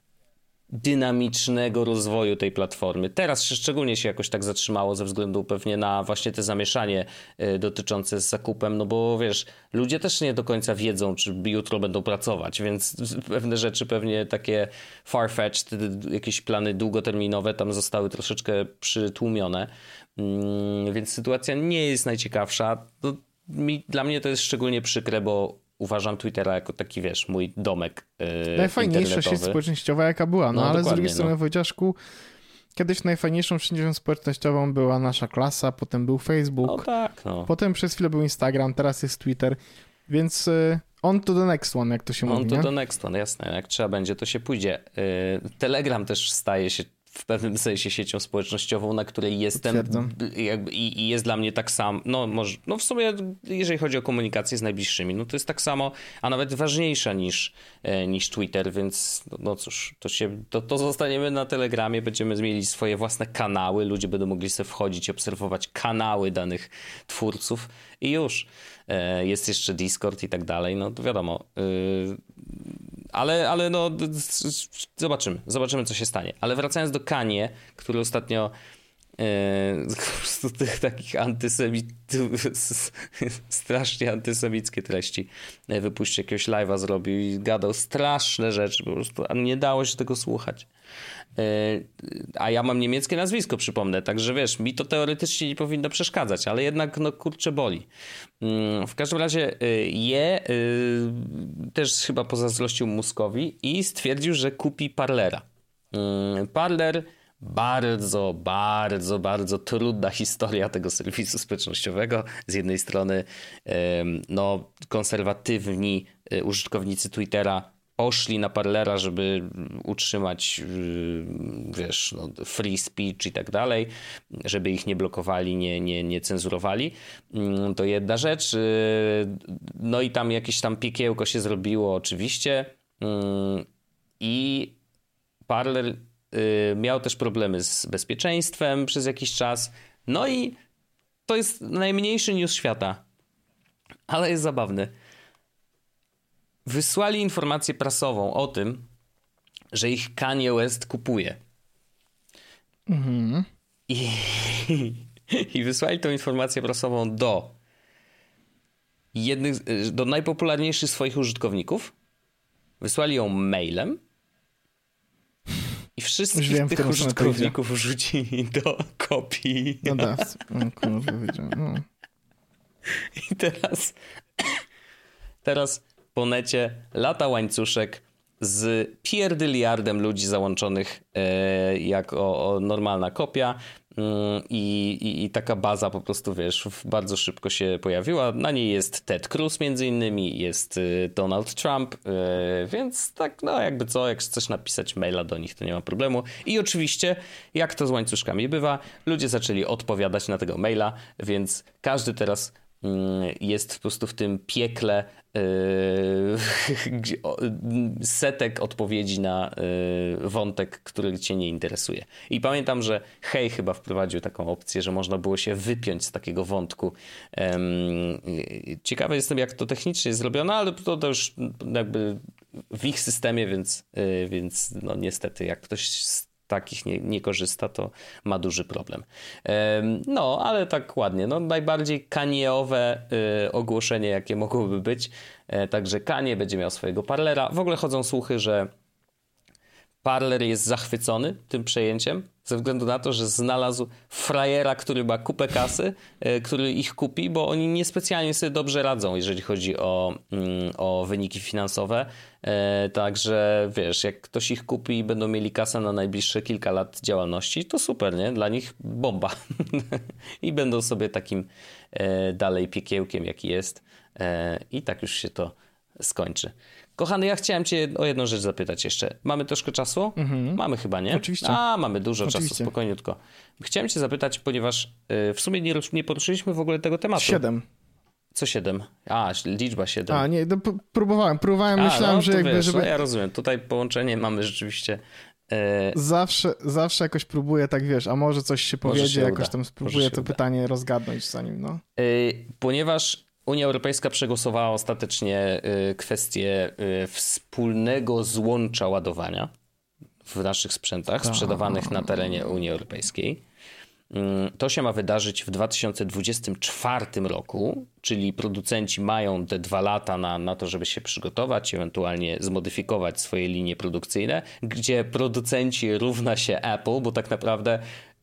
dynamicznego rozwoju tej platformy. Teraz szczególnie się jakoś tak zatrzymało ze względu pewnie na właśnie te zamieszanie y, dotyczące z zakupem, no bo wiesz, ludzie też nie do końca wiedzą, czy jutro będą pracować, więc pewne rzeczy pewnie takie far-fetched, jakieś plany długoterminowe tam zostały troszeczkę przytłumione, mm, więc sytuacja nie jest najciekawsza. No, mi, dla mnie to jest szczególnie przykre, bo uważam Twittera jako taki, wiesz, mój domek yy, najfajniejsza sieć społecznościowa, jaka była. No, no ale z drugiej strony, no. Wojciaszku, kiedyś najfajniejszą siecią społecznościową była nasza klasa, potem był Facebook, no tak, no. potem przez chwilę był Instagram, teraz jest Twitter, więc yy, on to the next one, jak to się on mówi, On to nie? the next one, jasne. Jak trzeba będzie, to się pójdzie. Yy, Telegram też staje się w pewnym sensie siecią społecznościową, na której jestem jakby, i, i jest dla mnie tak samo, no może, no w sumie jeżeli chodzi o komunikację z najbliższymi, no to jest tak samo, a nawet ważniejsza niż, e, niż Twitter, więc no, no cóż, to się, to, to zostaniemy na Telegramie, będziemy mieli swoje własne kanały, ludzie będą mogli sobie wchodzić i obserwować kanały danych twórców i już. E, jest jeszcze Discord i tak dalej, no to wiadomo, y, Ale, ale no zobaczymy, zobaczymy co się stanie. Ale wracając do Kanye, który ostatnio e, po prostu tych takich antysemitów, strasznie antysemickie treści wypuścił, jakiegoś live'a zrobił i gadał straszne rzeczy, po prostu a nie dało się tego słuchać. E, a ja mam niemieckie nazwisko, przypomnę, także wiesz, mi to teoretycznie nie powinno przeszkadzać, ale jednak no kurczę boli. W każdym razie je też chyba pozazdrościł Muskowi i stwierdził, że kupi Parlera. Parler, bardzo, bardzo, bardzo trudna historia tego serwisu społecznościowego. Z jednej strony no, konserwatywni użytkownicy Twittera poszli na Parlera, żeby utrzymać, wiesz, no, free speech i tak dalej, żeby ich nie blokowali, nie, nie, nie cenzurowali. To jedna rzecz. No i tam jakieś tam piekiełko się zrobiło oczywiście i Parler miał też problemy z bezpieczeństwem przez jakiś czas. No i to jest najmniejszy news świata, ale jest zabawny. Wysłali informację prasową o tym, że ich Kanye West kupuje. Mhm. I, I wysłali tą informację prasową do jednych, do najpopularniejszych swoich użytkowników. Wysłali ją mailem i wszystkich wiem, tych użytkowników wrzucili do kopii. No da, kurwa, wiedziałem. No. I teraz teraz po necie lata łańcuszek z pierdyliardem ludzi załączonych e, jako o, normalna kopia. I, i, i taka baza po prostu, wiesz, bardzo szybko się pojawiła. Na niej jest Ted Cruz między innymi, jest Donald Trump, więc tak, no jakby co, jak chcesz napisać maila do nich, to nie ma problemu. I oczywiście, jak to z łańcuszkami bywa, ludzie zaczęli odpowiadać na tego maila, więc każdy teraz jest po prostu w tym piekle yy, setek odpowiedzi na yy, wątek, który cię nie interesuje. I pamiętam, że Hej chyba wprowadził taką opcję, że można było się wypiąć z takiego wątku. Yy, ciekawy jestem, jak to technicznie jest zrobione, ale to, to już jakby w ich systemie, więc, yy, więc no niestety, jak ktoś takich nie, nie korzysta, to ma duży problem. No, ale tak ładnie. No, najbardziej Kanye'owe y, ogłoszenie, jakie mogłoby być. E, także Kanye będzie miał swojego Parlera. W ogóle chodzą słuchy, że Parler jest zachwycony tym przejęciem, ze względu na to, że znalazł frajera, który ma kupę kasy, y, który ich kupi, bo oni niespecjalnie sobie dobrze radzą, jeżeli chodzi o, mm, o wyniki finansowe. E, także wiesz, jak ktoś ich kupi i będą mieli kasę na najbliższe kilka lat działalności, to super, nie? Dla nich bomba. I będą sobie takim e, dalej piekiełkiem, jaki jest. E, I tak już się to skończy. Kochany, ja chciałem cię o jedną rzecz zapytać jeszcze. Mamy troszkę czasu? Mhm. Mamy chyba, nie? Oczywiście. A, mamy dużo Oczywiście. czasu, spokojniutko. Chciałem cię zapytać, ponieważ y, w sumie nie, nie poruszyliśmy w ogóle tego tematu. Siedem. Co siedem? A, liczba siedem. A, nie, no, próbowałem, próbowałem, A, myślałem, no, że jakby, wiesz, żeby... No ja rozumiem, tutaj połączenie mamy rzeczywiście... E... Zawsze, zawsze jakoś próbuję, tak wiesz, a może coś się powiedzie, się jakoś tam spróbuję to uda. pytanie rozgadnąć zanim, no. E, ponieważ Unia Europejska przegłosowała ostatecznie y, kwestię y, wspólnego złącza ładowania w naszych sprzętach Ta. sprzedawanych na terenie Unii Europejskiej. Y, to się ma wydarzyć w dwa tysiące dwudziestym czwartym roku, czyli producenci mają te dwa lata na, na to, żeby się przygotować, ewentualnie zmodyfikować swoje linie produkcyjne, gdzie producenci równa się Apple, bo tak naprawdę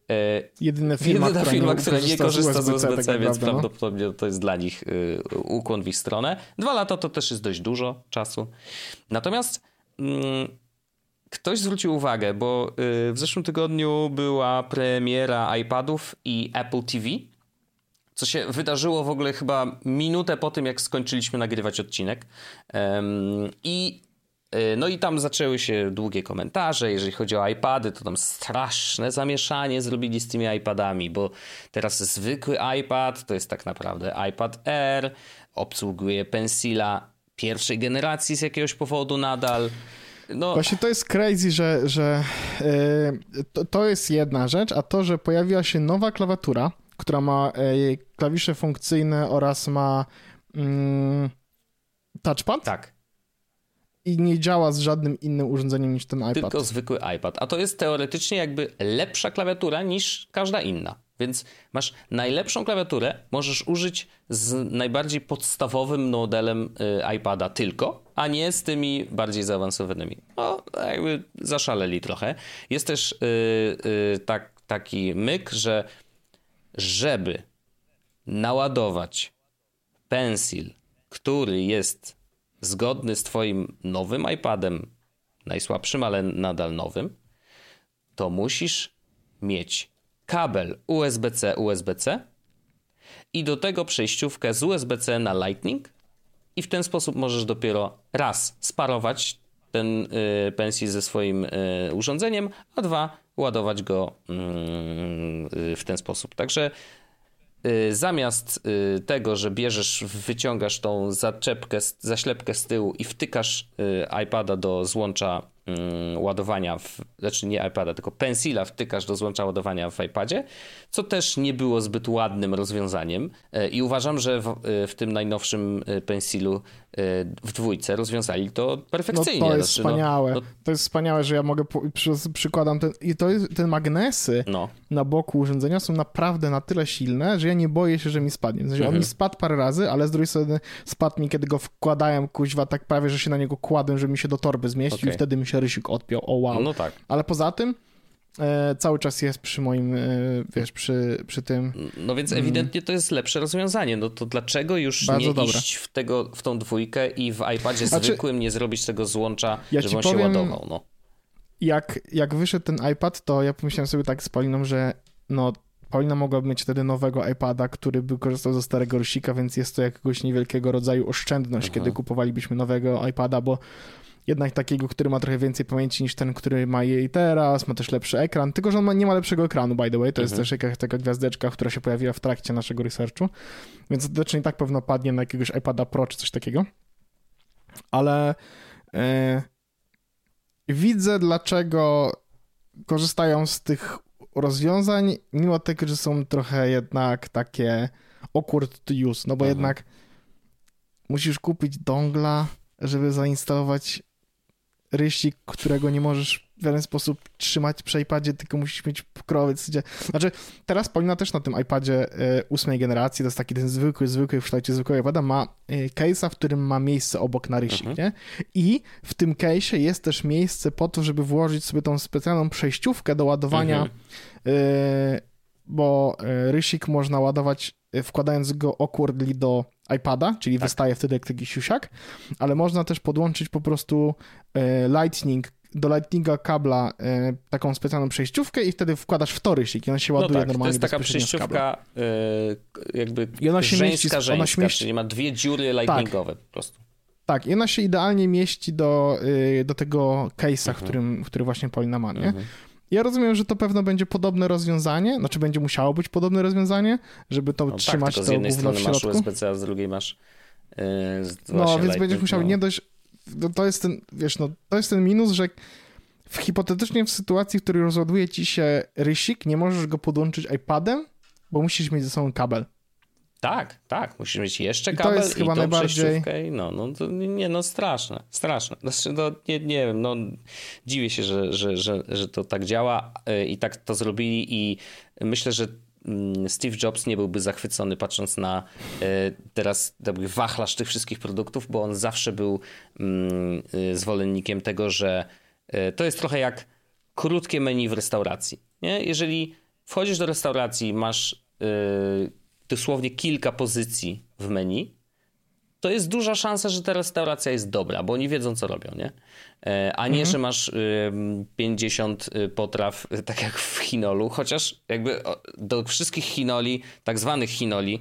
Jedyna firma, Jedyna która, firma, nie, która nie korzysta z U S B C, tak więc naprawdę, prawdopodobnie no? to jest dla nich y, ukłon w ich stronę. Dwa lata to też jest dość dużo czasu. Natomiast mm, ktoś zwrócił uwagę, bo y, w zeszłym tygodniu była premiera iPadów i Apple T V, co się wydarzyło w ogóle chyba minutę po tym, jak skończyliśmy nagrywać odcinek. Um, I No i tam zaczęły się długie komentarze, jeżeli chodzi o iPady, to tam straszne zamieszanie zrobili z tymi iPadami, bo teraz zwykły iPad to jest tak naprawdę iPad Air, obsługuje Pencila pierwszej generacji z jakiegoś powodu nadal. No. Właśnie to jest crazy, że, że yy, to, to jest jedna rzecz, a to, że pojawiła się nowa klawiatura, która ma yy, klawisze funkcyjne oraz ma yy, touchpad. Tak. I nie działa z żadnym innym urządzeniem niż ten iPad. Tylko zwykły iPad. A to jest teoretycznie jakby lepsza klawiatura niż każda inna. Więc masz najlepszą klawiaturę, możesz użyć z najbardziej podstawowym modelem y, iPada tylko, a nie z tymi bardziej zaawansowanymi. No, jakby zaszaleli trochę. Jest też y, y, tak, taki myk, że żeby naładować Pencil, który jest zgodny z twoim nowym iPadem, najsłabszym, ale nadal nowym, to musisz mieć kabel U S B C, U S B C i do tego przejściówkę z U S B C na Lightning i w ten sposób możesz dopiero raz sparować ten y, Pencil ze swoim y, urządzeniem, a dwa ładować go y, w ten sposób. Także zamiast tego, że bierzesz, wyciągasz tą zaczepkę, zaślepkę z tyłu i wtykasz iPada do złącza ładowania, w, znaczy nie iPada, tylko Pencila wtykasz do złącza ładowania w iPadzie, co też nie było zbyt ładnym rozwiązaniem i uważam, że w, w tym najnowszym Pencilu w dwójce rozwiązali to perfekcyjnie. No to jest znaczy, wspaniałe. No, no... To jest wspaniałe, że ja mogę, przy, przykładam ten, i to jest, te magnesy no. na boku urządzenia są naprawdę na tyle silne, że ja nie boję się, że mi spadnie. W sensie mhm. on mi spadł parę razy, ale z drugiej strony spadł mi, kiedy go wkładałem, kuźwa, tak prawie, że się na niego kładłem, żeby mi się do torby zmieścił okay. i wtedy mi się rysik odpiął. O wow. No tak. Ale poza tym e, cały czas jest przy moim, e, wiesz, przy, przy tym... No więc ewidentnie to jest lepsze rozwiązanie. No to dlaczego już Bardzo nie dobre. iść w, tego, w tą dwójkę i w iPadzie znaczy, zwykłym nie zrobić tego złącza, ja żeby on powiem, się ładował? No. Jak, jak wyszedł ten iPad, to ja pomyślałem sobie tak z Poliną, że no Paulina mogłaby mieć wtedy nowego iPada, który by korzystał ze starego rysika, więc jest to jakiegoś niewielkiego rodzaju oszczędność, mhm. kiedy kupowalibyśmy nowego iPada, bo jednak takiego, który ma trochę więcej pamięci niż ten, który ma jej teraz, ma też lepszy ekran, tylko że on ma, nie ma lepszego ekranu, by the way, to mhm. jest też jakaś taka gwiazdeczka, która się pojawiła w trakcie naszego researchu, więc ostatecznie i tak pewno padnie na jakiegoś iPada Pro czy coś takiego, ale yy, widzę, dlaczego korzystają z tych rozwiązań, mimo tego, że są trochę jednak takie awkward to use, no bo mhm. jednak musisz kupić dongla, żeby zainstalować rysik, którego nie możesz w żaden sposób trzymać przy iPadzie, tylko musisz mieć pokrowiec. Znaczy, teraz Paulina też na tym iPadzie ósmej generacji, to jest taki ten zwykły, zwykły w kształcie zwykłego iPada, ma case'a, w którym ma miejsce obok na rysik, mhm. nie? I w tym case'ie jest też miejsce po to, żeby włożyć sobie tą specjalną przejściówkę do ładowania, mhm. y, bo rysik można ładować wkładając go awkwardly do iPada, czyli tak. wystaje wtedy jak taki siusiak, ale można też podłączyć po prostu Lightning, do Lightninga kabla taką specjalną przejściówkę i wtedy wkładasz w to rysik i ona się ładuje no tak, normalnie bezpośrednio z kabla. To jest taka przejściówka jakby I ona się żeńska, mieści, żeńska, ona się mieści, czyli ma dwie dziury lightningowe tak. po prostu. Tak, i ona się idealnie mieści do, do tego case'a, mhm. którym, który właśnie Paulina ma, nie? Mhm. Ja rozumiem, że to pewno będzie podobne rozwiązanie, znaczy będzie musiało być podobne rozwiązanie, żeby to no trzymać tak, to gówno w środku. Z jednej strony masz U S B C, a z drugiej masz yy, no, więc będziesz musiał no. nie dość... No, to jest ten, wiesz, no, to jest ten minus, że w, hipotetycznie w sytuacji, w której rozładuje ci się rysik, nie możesz go podłączyć iPadem, bo musisz mieć ze sobą kabel. Tak, tak, musisz mieć jeszcze kabel i, to jest i chyba tą najbardziej... i no, no to nie, no straszne, straszne. Znaczy, no, nie, nie wiem, no dziwię się, że, że, że, że to tak działa i tak to zrobili i myślę, że Steve Jobs nie byłby zachwycony patrząc na teraz wachlarz tych wszystkich produktów, bo on zawsze był zwolennikiem tego, że to jest trochę jak krótkie menu w restauracji. Nie? Jeżeli wchodzisz do restauracji, masz dosłownie kilka pozycji w menu, to jest duża szansa, że ta restauracja jest dobra, bo oni wiedzą, co robią, nie? A nie, mhm. że masz pięćdziesiąt potraw, tak jak w Chinolu, chociaż jakby do wszystkich Chinoli, tak zwanych Chinoli,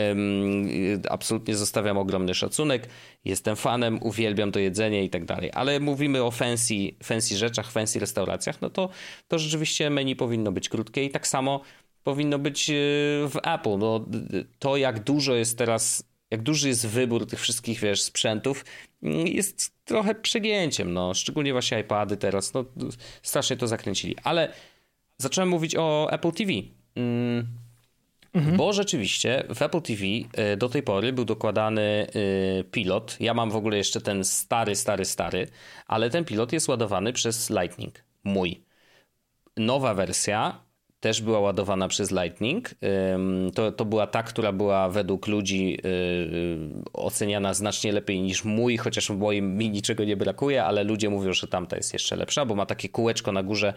absolutnie zostawiam ogromny szacunek. Jestem fanem, uwielbiam to jedzenie i tak dalej. Ale mówimy o fancy, fancy rzeczach, fancy restauracjach, no to, to rzeczywiście menu powinno być krótkie i tak samo powinno być w Apple. No, to jak dużo jest teraz, jak duży jest wybór tych wszystkich, wiesz, sprzętów, jest trochę przegięciem, no. Szczególnie właśnie iPady teraz, no strasznie to zakręcili. Ale zacząłem mówić o Apple T V. Mm, mhm. Bo rzeczywiście w Apple T V do tej pory był dokładany pilot. Ja mam w ogóle jeszcze ten stary, stary, stary, ale ten pilot jest ładowany przez Lightning. Mój. Nowa wersja też była ładowana przez Lightning. To, to była ta, która była według ludzi oceniana znacznie lepiej niż mój, chociaż w moim mi niczego nie brakuje, ale ludzie mówią, że tamta jest jeszcze lepsza, bo ma takie kółeczko na górze,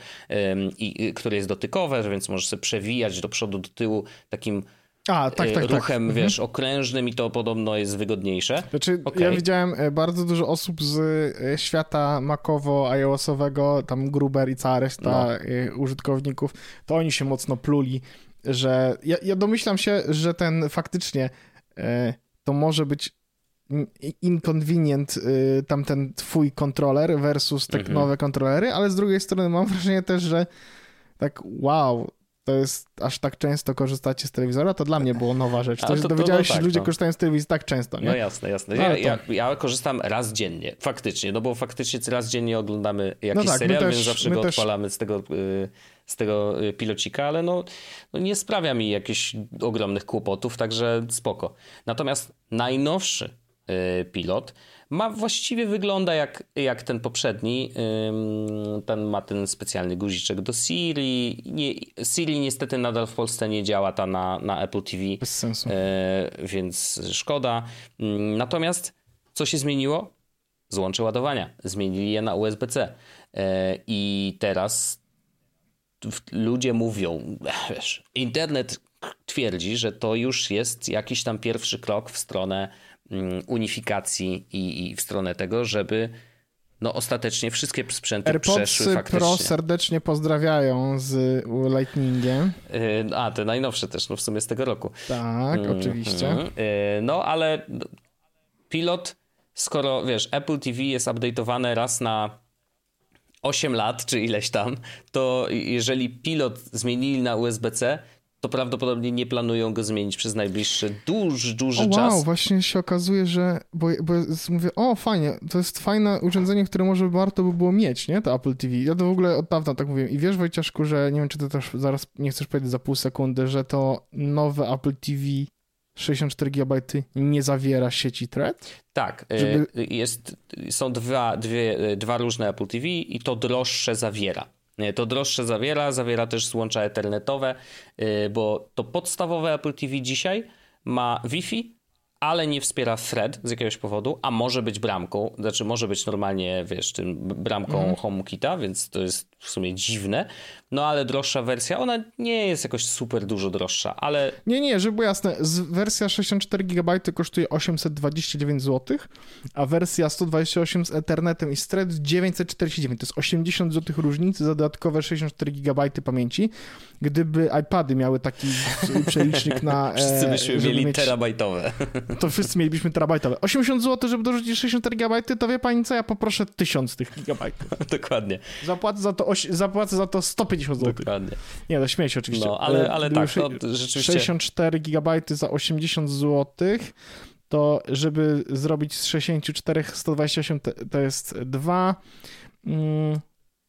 i, które jest dotykowe, więc możesz sobie przewijać do przodu, do tyłu takim A, tak, tak, ruchem, tak. wiesz, mhm. okrężnym i to podobno jest wygodniejsze. Znaczy, okay. Ja widziałem bardzo dużo osób z świata makowo-iOS-owego, tam Gruber i cała reszta no. użytkowników, to oni się mocno pluli, że ja, ja domyślam się, że ten faktycznie to może być inconvenient tamten twój kontroler versus te mhm. nowe kontrolery, ale z drugiej strony mam wrażenie też, że tak wow, to jest aż tak często korzystacie z telewizora, to dla mnie było nowa rzecz. To, to, dowiedziałeś się, że tak, ludzie no. korzystają z telewizji tak często, nie? No jasne, jasne. Ja, ja, ja korzystam raz dziennie, faktycznie, no bo faktycznie raz dziennie oglądamy jakiś no tak, serial, też, więc zawsze go też... odpalamy z tego, z tego pilocika, ale no, no nie sprawia mi jakichś ogromnych kłopotów, także spoko. Natomiast najnowszy pilot ma właściwie wygląda jak, jak ten poprzedni. Ten ma ten specjalny guziczek do Siri. Nie, Siri niestety nadal w Polsce nie działa ta na, na Apple T V. Bez sensu. Więc szkoda. Natomiast co się zmieniło? Złącze ładowania. Zmienili je na U S B C. I teraz ludzie mówią, wiesz, internet twierdzi, że to już jest jakiś tam pierwszy krok w stronę unifikacji i, i w stronę tego, żeby no ostatecznie wszystkie sprzęty AirPodsy przeszły faktycznie. Pro serdecznie pozdrawiają z Lightningiem. Yy, a, te najnowsze też, no w sumie z tego roku. Tak, mm, oczywiście. Mm, yy, no ale pilot, skoro wiesz, Apple T V jest update'owane raz na osiem lat, czy ileś tam, to jeżeli pilot zmienili na U S B C, to prawdopodobnie nie planują go zmienić przez najbliższy duży, duży o, wow, czas. Wow, właśnie się okazuje, że, bo, bo mówię, o fajnie, to jest fajne urządzenie, które może warto by było mieć, nie, to Apple T V. Ja to w ogóle od dawna tak mówiłem. I wiesz, Wojciaszku, że nie wiem, czy ty też zaraz nie chcesz powiedzieć za pół sekundy, że to nowe Apple T V sześćdziesiąt cztery gigabajty nie zawiera sieci Thread? Tak, żeby... jest, są dwa, dwie, dwa różne Apple T V i to droższe zawiera. To droższe zawiera, zawiera też złącza ethernetowe, bo to podstawowe Apple T V dzisiaj ma Wi-Fi, ale nie wspiera Thread z jakiegoś powodu, a może być bramką, znaczy może być normalnie, wiesz, tym bramką mm. HomeKita, więc to jest w sumie dziwne, no ale droższa wersja, ona nie jest jakoś super dużo droższa, ale... Nie, nie, żeby było jasne, wersja sześćdziesiąt cztery gigabajty kosztuje osiemset dwadzieścia dziewięć złotych, a wersja sto dwadzieścia osiem z Ethernetem i z Thread dziewięćset czterdzieści dziewięć, to jest osiemdziesiąt złotych różnicy za dodatkowe sześćdziesiąt cztery gigabajty pamięci. Gdyby iPady miały taki przelicznik na... Wszyscy byśmy mieli mieć... terabajtowe. To wszyscy mielibyśmy terabajtowe. osiemdziesiąt złotych, żeby dorzucić sześćdziesiąt cztery gigabajty, to wie pani co, ja poproszę tysiąc tych gigabajtów. Dokładnie. Zapłacę za to, oś... Zapłacę za to sto pięćdziesiąt złotych. Dokładnie. Nie, to śmiej się oczywiście. No, ale, ale tak, to rzeczywiście... sześćdziesiąt cztery gigabajty za osiemdziesiąt złotych, to żeby zrobić z sześćdziesiąt cztery sto dwadzieścia osiem to, to jest dwa. Mm,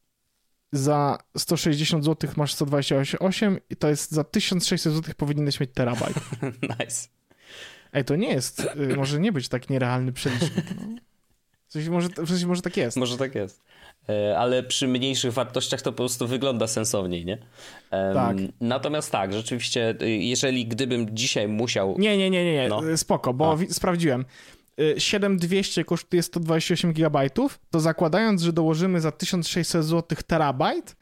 za sto sześćdziesiąt złotych masz sto dwadzieścia osiem i to jest za tysiąc sześćset złotych powinieneś mieć terabajt. Nice. Ej, to nie jest, może nie być tak nierealny przelicznik. No. Coś może, coś może tak jest. Może tak jest. Ale przy mniejszych wartościach to po prostu wygląda sensowniej, nie? Tak. Natomiast tak, rzeczywiście, jeżeli gdybym dzisiaj musiał... Nie, nie, nie, nie, nie. No. Spoko, bo A. sprawdziłem. siedem tysięcy dwieście kosztuje sto dwadzieścia osiem gigabajtów, to zakładając, że dołożymy za tysiąc sześćset złotych terabajt,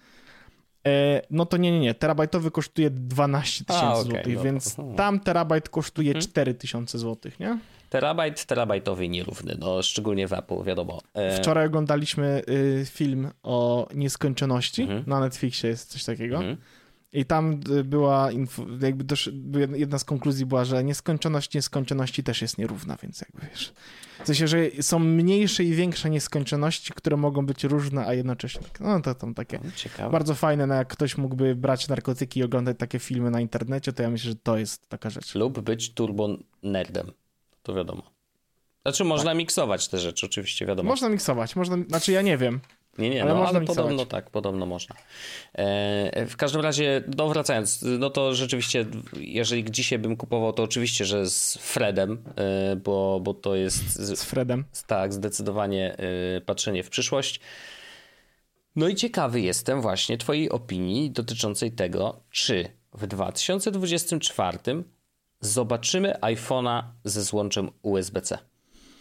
no to nie, nie, nie. Terabajtowy kosztuje dwanaście tysięcy okay, złotych, no, więc hmm. tam terabajt kosztuje hmm. cztery tysiące złotych, nie? Terabajt, terabajtowy nierówny, no szczególnie w Apple, wiadomo. Wczoraj oglądaliśmy y, film o nieskończoności, mm-hmm. na Netflixie jest coś takiego. Mm-hmm. I tam była, info, jakby dosz, jedna z konkluzji była, że nieskończoność nieskończoności też jest nierówna, więc jakby wiesz. W sensie, że są mniejsze i większe nieskończoności, które mogą być różne, a jednocześnie tak, no to tam takie Ciekawe. Bardzo fajne, no jak ktoś mógłby brać narkotyki i oglądać takie filmy na internecie, to ja myślę, że to jest taka rzecz. Lub być turbo nerdem, to wiadomo. Znaczy można tak. miksować te rzeczy, oczywiście, wiadomo. Można miksować, można, znaczy ja nie wiem. Nie, nie, ale, no, można ale podobno tak, podobno można. E, w każdym razie, no wracając, no to rzeczywiście, jeżeli dzisiaj bym kupował, to oczywiście, że z Fredem, e, bo, bo to jest... Z, z Fredem. Tak, zdecydowanie e, patrzenie w przyszłość. No i ciekawy jestem właśnie twojej opinii dotyczącej tego, czy w dwa tysiące dwudziestym czwartym zobaczymy iPhone'a ze złączem U S B C.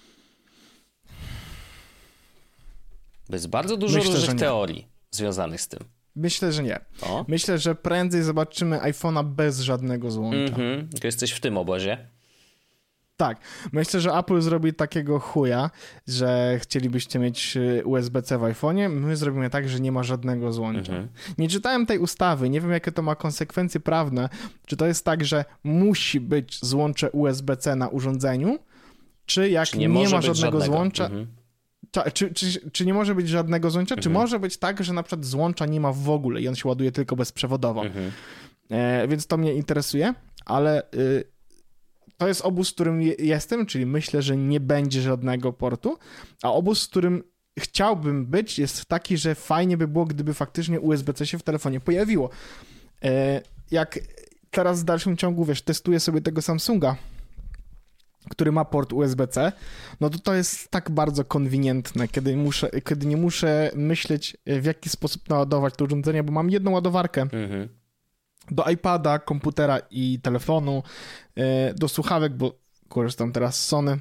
Bo jest bardzo dużo Myślę, różnych teorii związanych z tym. Myślę, że nie. O? Myślę, że prędzej zobaczymy iPhone'a bez żadnego złącza. Mhm. To jesteś w tym obozie. Tak. Myślę, że Apple zrobi takiego chuja, że chcielibyście mieć U S B C w iPhone'ie. My zrobimy tak, że nie ma żadnego złącza. Mhm. Nie czytałem tej ustawy. Nie wiem, jakie to ma konsekwencje prawne. Czy to jest tak, że musi być złącze U S B C na urządzeniu, czy jak czy nie, nie ma żadnego, żadnego złącza... Mhm. Czy, czy, czy nie może być żadnego złącza? Mhm. Czy może być tak, że na przykład złącza nie ma w ogóle i on się ładuje tylko bezprzewodowo? Mhm. E, więc to mnie interesuje, ale y, to jest obóz, w którym je, jestem, czyli myślę, że nie będzie żadnego portu, a obóz, w którym chciałbym być, jest taki, że fajnie by było, gdyby faktycznie U S B C się w telefonie pojawiło. E, jak teraz w dalszym ciągu, wiesz, testuję sobie tego Samsunga, który ma port U S B C, no to to jest tak bardzo konwenientne, kiedy, muszę, kiedy nie muszę myśleć, w jaki sposób naładować to urządzenie, bo mam jedną ładowarkę mhm. do iPada, komputera i telefonu, do słuchawek, bo korzystam teraz z Sony,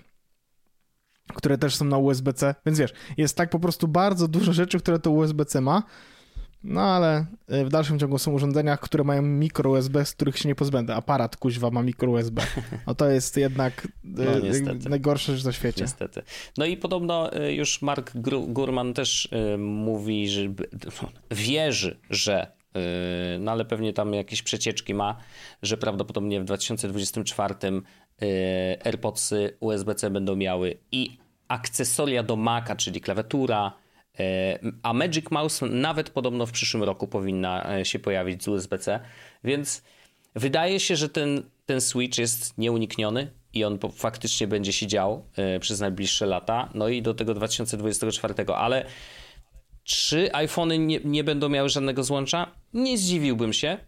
które też są na U S B C, więc wiesz, jest tak po prostu bardzo dużo rzeczy, które to U S B C ma, No ale w dalszym ciągu są urządzenia, które mają mikro U S B, z których się nie pozbędę. Aparat kuźwa ma mikro U S B. No to jest jednak no, najgorsza rzecz na świecie. Niestety. No i podobno już Mark Gurman też mówi, że wierzy, że no ale pewnie tam jakieś przecieczki ma, że prawdopodobnie w dwa tysiące dwudziestym czwartym AirPodsy U S B C będą miały i akcesoria do Maca, czyli klawiatura, a Magic Mouse nawet podobno w przyszłym roku powinna się pojawić z U S B C, więc wydaje się, że ten, ten switch jest nieunikniony i on faktycznie będzie się dział przez najbliższe lata, no i do tego dwa tysiące dwudziestego czwartego, ale czy iPhony nie, nie będą miały żadnego złącza? Nie zdziwiłbym się,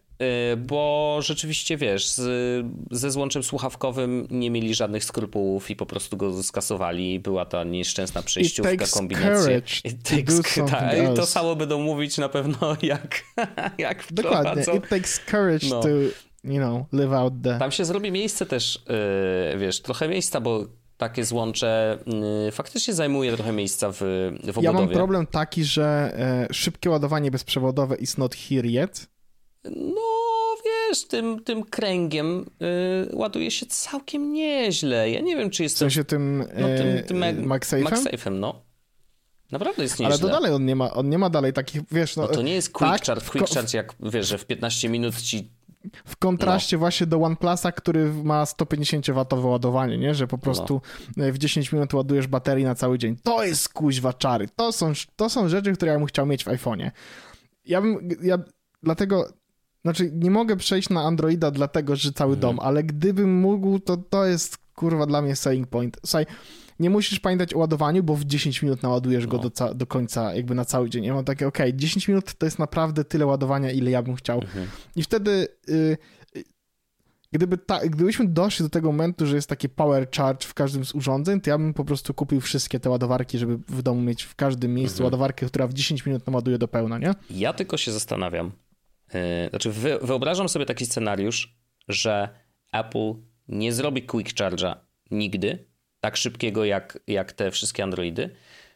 bo rzeczywiście, wiesz, z, ze złączem słuchawkowym nie mieli żadnych skrupułów i po prostu go skasowali. Była ta nieszczęsna przejściówka, kombinacja. It takes courage. To samo będą mówić na pewno, jak, jak Dokładnie. It takes courage no. to, you know, live out the... Tam się zrobi miejsce też, yy, wiesz, trochę miejsca, bo takie złącze yy, faktycznie zajmuje trochę miejsca w, w obudowie. Ja mam problem taki, że yy, szybkie ładowanie bezprzewodowe is not here yet. No, wiesz, tym, tym kręgiem y, ładuje się całkiem nieźle. Ja nie wiem, czy jest... W sensie tym, no, tym, tym e, MagSafe'em? MagSafe'em, no. Naprawdę jest nieźle. Ale to dalej on nie ma, on nie ma dalej takich, wiesz... No, no to nie jest quick tak, charge, quick charge jak, wiesz, że w piętnaście minut ci... W kontraście no. właśnie do OnePlusa, który ma sto pięćdziesiąt watowe ładowanie, nie? Że po prostu no. w dziesięć minut ładujesz baterii na cały dzień. To jest kuźwa czary. To są, to są rzeczy, które ja bym chciał mieć w iPhone'ie. Ja bym... Ja, dlatego... Znaczy, nie mogę przejść na Androida dlatego, że cały mhm. dom, ale gdybym mógł, to to jest, kurwa, dla mnie selling point. Słuchaj, nie musisz pamiętać o ładowaniu, bo w dziesięć minut naładujesz no. go do, ca- do końca, jakby na cały dzień. Ja mam takie, okej, okay, dziesięć minut to jest naprawdę tyle ładowania, ile ja bym chciał. Mhm. I wtedy, y, y, gdyby ta, gdybyśmy doszli do tego momentu, że jest taki power charge w każdym z urządzeń, to ja bym po prostu kupił wszystkie te ładowarki, żeby w domu mieć w każdym miejscu mhm. ładowarkę, która w dziesięć minut naładuje do pełna, nie? Ja tylko się zastanawiam, Znaczy wyobrażam sobie taki scenariusz, że Apple nie zrobi quick charge'a nigdy, tak szybkiego jak, jak te wszystkie Androidy,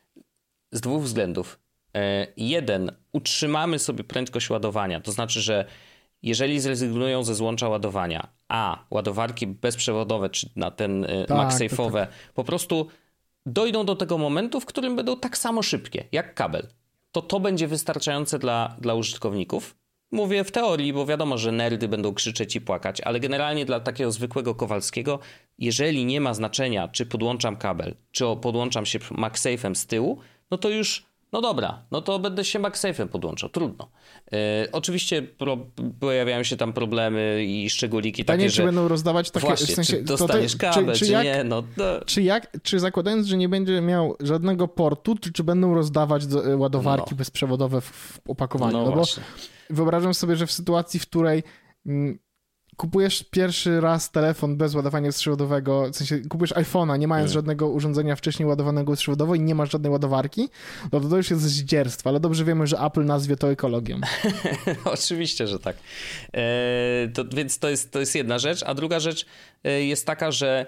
z dwóch względów. Jeden, utrzymamy sobie prędkość ładowania, to znaczy, że jeżeli zrezygnują ze złącza ładowania, a ładowarki bezprzewodowe, czy na ten tak, MagSafe'owe, tak. po prostu dojdą do tego momentu, w którym będą tak samo szybkie jak kabel, to to będzie wystarczające dla, dla użytkowników. Mówię w teorii, bo wiadomo, że nerdy będą krzyczeć i płakać, ale generalnie dla takiego zwykłego Kowalskiego, jeżeli nie ma znaczenia, czy podłączam kabel, czy podłączam się MagSafe'em z tyłu, no to już, no dobra, no to będę się MagSafe'em podłączał, trudno. Yy, oczywiście pro, pojawiają się tam problemy i szczególiki Pytanie, takie, czy że... będą rozdawać takie... Właśnie, w sensie, czy dostaniesz to, kabel, czy, czy, czy jak, nie, no to... Czy, jak, czy zakładając, że nie będzie miał żadnego portu, czy, czy będą rozdawać do, ładowarki no. bezprzewodowe w, w opakowaniu? No, no właśnie. Bo wyobrażam sobie, że w sytuacji, w której mm, kupujesz pierwszy raz telefon bez ładowania bezprzewodowego, w sensie kupujesz iPhone'a, nie mając mm. żadnego urządzenia wcześniej ładowanego bezprzewodowo i nie masz żadnej ładowarki, no to to już jest zdzierstwo, ale dobrze wiemy, że Apple nazwie to ekologią. Oczywiście, że tak. E, to, więc to jest, to jest jedna rzecz, a druga rzecz jest taka, że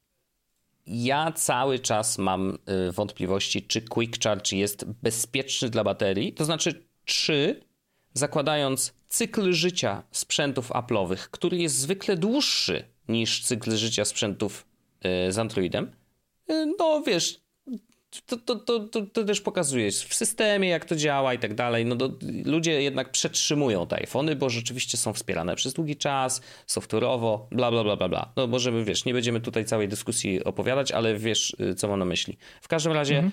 ja cały czas mam wątpliwości, czy Quick Charge jest bezpieczny dla baterii, to znaczy, czy zakładając cykl życia sprzętów Apple'owych, który jest zwykle dłuższy niż cykl życia sprzętów y, z Androidem, y, no wiesz, to, to, to, to, to też pokazuje w systemie, jak to działa i tak dalej. No to ludzie jednak przetrzymują te iPhony, bo rzeczywiście są wspierane przez długi czas, software'owo, bla, bla, bla, bla, bla. No możemy, wiesz, nie będziemy tutaj całej dyskusji opowiadać, ale wiesz, co mam na myśli. W każdym razie mhm.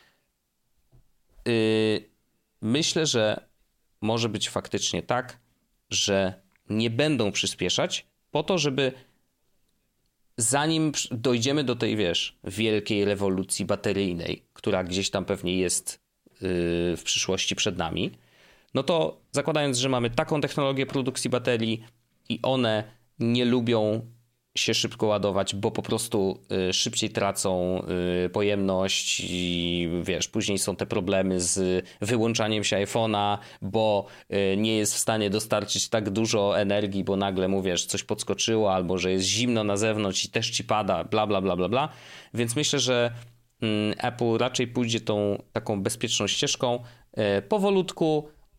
y, myślę, że może być faktycznie tak, że nie będą przyspieszać po to, żeby zanim dojdziemy do tej, wiesz, wielkiej rewolucji bateryjnej, która gdzieś tam pewnie jest yy, w przyszłości przed nami, no to zakładając, że mamy taką technologię produkcji baterii i one nie lubią się szybko ładować, bo po prostu y, szybciej tracą y, pojemność i wiesz, później są te problemy z wyłączaniem się iPhone'a, bo y, nie jest w stanie dostarczyć tak dużo energii, bo nagle mu, wiesz, coś podskoczyło, albo że jest zimno na zewnątrz i też ci pada, bla, bla, bla, bla, bla. Więc myślę, że y, Apple raczej pójdzie tą taką bezpieczną ścieżką, y, powolutku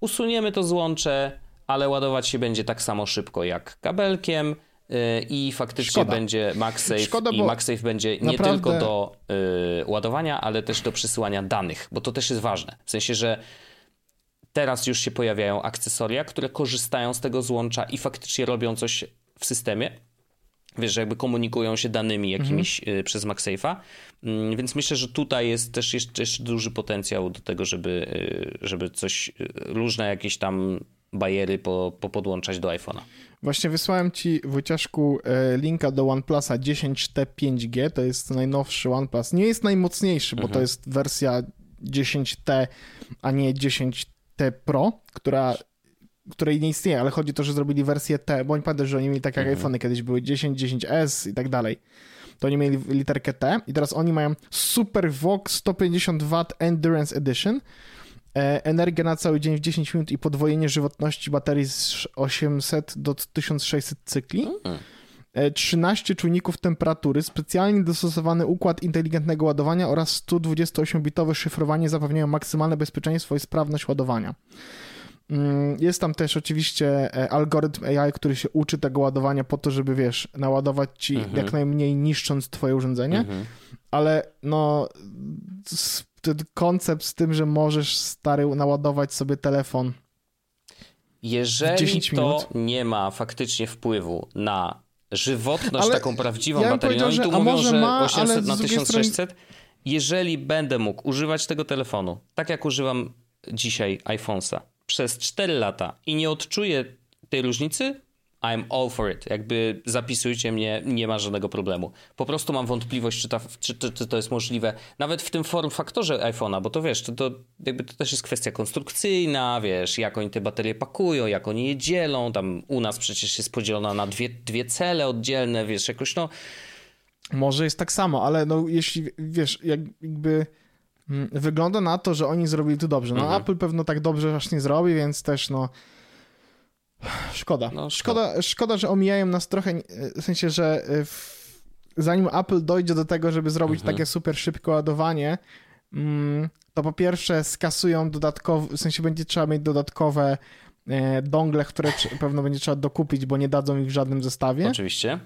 usuniemy to złącze, ale ładować się będzie tak samo szybko jak kabelkiem yy, i faktycznie Szkoda. będzie MagSafe Szkoda, i MagSafe będzie nie naprawdę... tylko do yy, ładowania, ale też do przesyłania danych, bo to też jest ważne. W sensie, że teraz już się pojawiają akcesoria, które korzystają z tego złącza i faktycznie robią coś w systemie. Wiesz, że jakby komunikują się danymi jakimiś mhm. y, przez MagSafe'a, y, więc myślę, że tutaj jest też jeszcze, jeszcze duży potencjał do tego, żeby, y, żeby coś, y, różne jakieś tam bariery po, po podłączać do iPhone'a. Właśnie wysłałem ci, Wojciaszku, y, linka do OnePlusa dziesięć T pięć G, to jest najnowszy OnePlus. Nie jest najmocniejszy, mhm. bo to jest wersja dziesięć T, a nie dziesięć T Pro, która... której nie istnieje, ale chodzi o to, że zrobili wersję T, bo oni pamiętają, że oni mieli tak jak mhm. iPhony kiedyś były dziesięć, dziesięć S i tak dalej. To oni mieli literkę T i teraz oni mają Super Vox sto pięćdziesiąt watów Endurance Edition, e, energia na cały dzień w dziesięć minut i podwojenie żywotności baterii z osiemset do tysiąc sześćset cykli. Mhm. E, trzynaście czujników temperatury, specjalnie dostosowany układ inteligentnego ładowania oraz sto dwudziestoośmiobitowe szyfrowanie zapewniają maksymalne bezpieczeństwo i sprawność ładowania. Jest tam też oczywiście algorytm A I, który się uczy tego ładowania po to, żeby, wiesz, naładować ci mhm. jak najmniej niszcząc twoje urządzenie, mhm. ale no ten koncept z tym, że możesz, stary, naładować sobie telefon jeżeli w dziesięć minut. To nie ma faktycznie wpływu na żywotność, ale taką prawdziwą ja baterię, no i tu mówią, że ma, osiemset na tysiąc sześćset, strony... jeżeli będę mógł używać tego telefonu, tak jak używam dzisiaj iPhone'a, przez cztery lata i nie odczuję tej różnicy, I'm all for it. Jakby zapisujcie mnie, nie ma żadnego problemu. Po prostu mam wątpliwość, czy, ta, czy, czy, czy to jest możliwe. Nawet w tym form faktorze iPhone'a, bo to wiesz, to, to, jakby to też jest kwestia konstrukcyjna, wiesz, jak oni te baterie pakują, jak oni je dzielą. Tam u nas przecież jest podzielona na dwie, dwie cele oddzielne, wiesz, jakoś no... Może jest tak samo, ale no jeśli, wiesz, jakby... Wygląda na to, że oni zrobili to dobrze. No mhm. Apple pewno tak dobrze aż nie zrobi, więc też no... Szkoda. No, szkoda. szkoda. Szkoda, że omijają nas trochę, w sensie, że w... zanim Apple dojdzie do tego, żeby zrobić mhm. takie super szybkie ładowanie, to po pierwsze skasują dodatkowe, w sensie będzie trzeba mieć dodatkowe dongle, które pewno będzie trzeba dokupić, bo nie dadzą ich w żadnym zestawie. Oczywiście.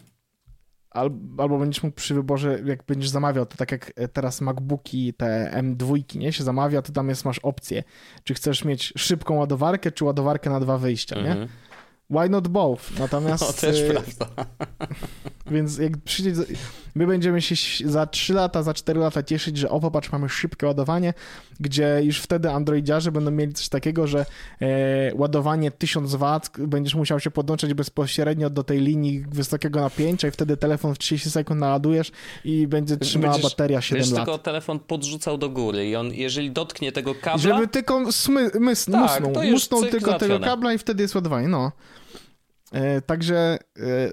Albo będziesz mógł przy wyborze, jak będziesz zamawiał, to tak jak teraz MacBooki, te M dwa, nie, się zamawia, to tam jest, masz opcję, czy chcesz mieć szybką ładowarkę, czy ładowarkę na dwa wyjścia, mm-hmm. nie? Why not both? Natomiast... No też y- prawda. Więc jak przyjdzie... My będziemy się za trzy lata, za cztery lata cieszyć, że o, popatrz, mamy szybkie ładowanie, gdzie już wtedy androidziarze będą mieli coś takiego, że e, ładowanie tysiąc watów będziesz musiał się podłączyć bezpośrednio do tej linii wysokiego napięcia i wtedy telefon w trzydzieści sekund naładujesz i będzie trzymała będziesz, bateria siedem lat. tylko telefon podrzucał do góry i on, jeżeli dotknie tego kabla... Żeby tylko smy, mys, tak, musnął, musnął tylko załatwione. Tego kabla i wtedy jest ładowanie, no. E, także... E,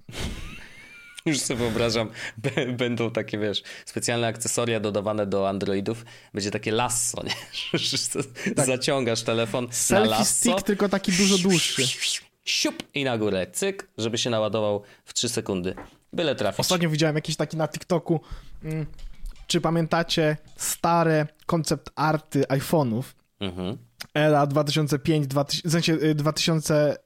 Już sobie wyobrażam, b- będą takie, wiesz, specjalne akcesoria dodawane do Androidów. Będzie takie lasso, nie? Tak. Zaciągasz telefon Selfie na lasso. Stick, tylko taki dużo dłuższy. Siup i na górę, cyk, żeby się naładował w trzy sekundy. Byle trafić. Ostatnio widziałem jakiś taki na TikToku. Hmm, czy pamiętacie stare koncept arty iPhone'ów? Mhm. Era dwa tysiące piąty, dwa tysiące, w sensie dwa tysiące,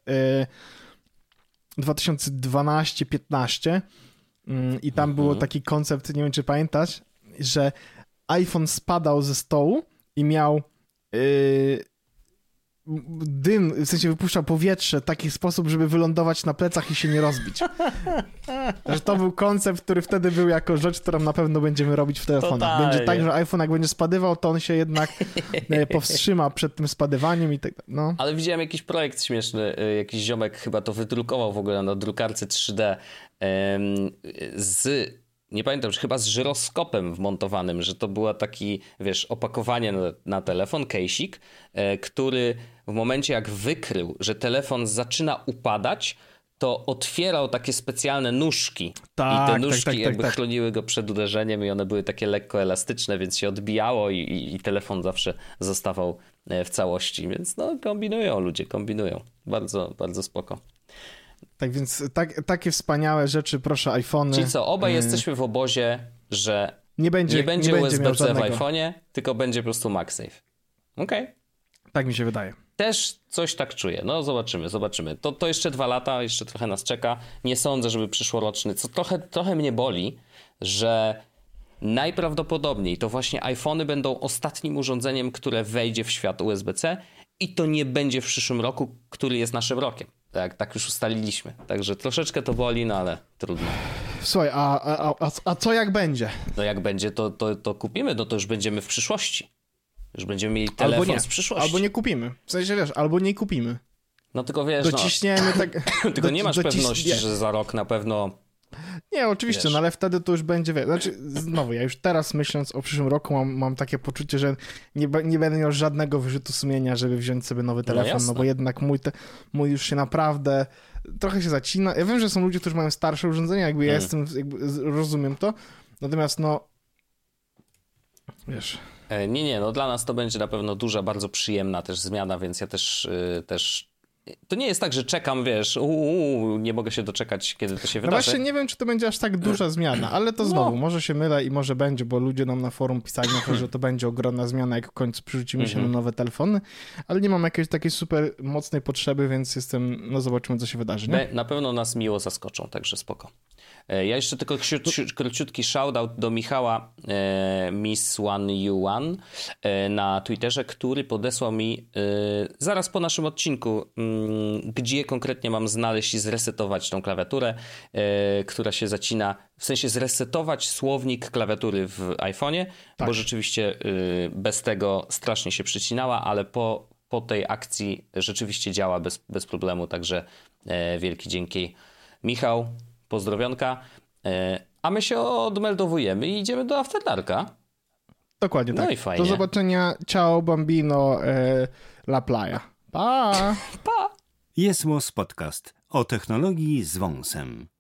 dwa tysiące dwanaście piętnaście. I tam mhm. było taki koncept, nie wiem czy pamiętasz, że iPhone spadał ze stołu i miał yy, dym, w sensie wypuszczał powietrze w taki sposób, żeby wylądować na plecach i się nie rozbić. Że to był koncept, który wtedy był jako rzecz, którą na pewno będziemy robić w telefonach. Totalnie. Będzie tak, że iPhone jak będzie spadywał, to on się jednak powstrzyma przed tym spadywaniem i tak no. Ale widziałem jakiś projekt śmieszny, jakiś ziomek chyba to wydrukował w ogóle na drukarce trzy D z... Nie pamiętam, że chyba z żyroskopem wmontowanym, że to była taki, wiesz, opakowanie na, na telefon, kejsik, e, który w momencie jak wykrył, że telefon zaczyna upadać, to otwierał takie specjalne nóżki. Tak, I te nóżki tak, tak, jakby tak, tak. chroniły go przed uderzeniem i one były takie lekko elastyczne, więc się odbijało i, i, i telefon zawsze zostawał w całości. Więc no kombinują ludzie, kombinują. Bardzo, bardzo spoko. Tak więc tak, takie wspaniałe rzeczy, proszę, iPhony. Czyli co, obaj hmm. jesteśmy w obozie, że nie będzie, nie będzie, nie będzie U S B C w iPhone'ie, tylko będzie po prostu MagSafe. Okej. Okay. Tak mi się wydaje. Też coś tak czuję. No zobaczymy, zobaczymy. To, to jeszcze dwa lata, jeszcze trochę nas czeka. Nie sądzę, żeby przyszłoroczny, co trochę, trochę mnie boli, że najprawdopodobniej to właśnie iPhony będą ostatnim urządzeniem, które wejdzie w świat U S B C i to nie będzie w przyszłym roku, który jest naszym rokiem. Tak, tak już ustaliliśmy. Także troszeczkę to boli, no ale trudno. Słuchaj, a, a, a, a co jak będzie? No jak będzie, to, to, to kupimy, no to już będziemy w przyszłości. Już będziemy mieli telefon albo nie, z przyszłości. Albo nie kupimy. W sensie, wiesz, albo nie kupimy. No tylko wiesz, Dociśniemy no... tak... tylko do, nie masz dociś... pewności, że za rok na pewno... Nie, oczywiście, wiesz. No ale wtedy to już będzie, wiesz, znaczy znowu, ja już teraz myśląc o przyszłym roku mam, mam takie poczucie, że nie, nie będę miał żadnego wyrzutu sumienia, żeby wziąć sobie nowy telefon, no, no bo jednak mój, te, mój już się naprawdę trochę się zacina. Ja wiem, że są ludzie, którzy mają starsze urządzenia, jakby ja hmm. jestem, jakby rozumiem to, natomiast no, wiesz... Nie, nie, no dla nas to będzie na pewno duża, bardzo przyjemna też zmiana, więc ja też, yy, też to nie jest tak, że czekam, wiesz, uu, nie mogę się doczekać, kiedy to się wydarzy. No właśnie nie wiem, czy to będzie aż tak duża zmiana, ale to znowu, no. może się mylę i może będzie, bo ludzie nam na forum pisali na to, że to będzie ogromna zmiana, jak w końcu przerzucimy się na nowe telefony, ale nie mam jakiejś takiej super mocnej potrzeby, więc jestem, no zobaczymy, co się wydarzy. Nie? Na pewno nas miło zaskoczą, także spoko. Ja jeszcze tylko króciutki shoutout do Michała e, Miss One U One e, na Twitterze, który podesłał mi e, zaraz po naszym odcinku, m, gdzie konkretnie mam znaleźć i zresetować tą klawiaturę, e, która się zacina, w sensie zresetować słownik klawiatury w iPhone'ie, tak. bo rzeczywiście e, bez tego strasznie się przycinała, ale po, po tej akcji rzeczywiście działa bez, bez problemu, także e, wielki dzięki, Michał. Pozdrowionka. A my się odmeldowujemy i idziemy do After Darka. Dokładnie tak. No i fajnie. Do zobaczenia. Ciao bambino e, la playa. Pa! Pa! Jest Podcast o technologii z wąsem.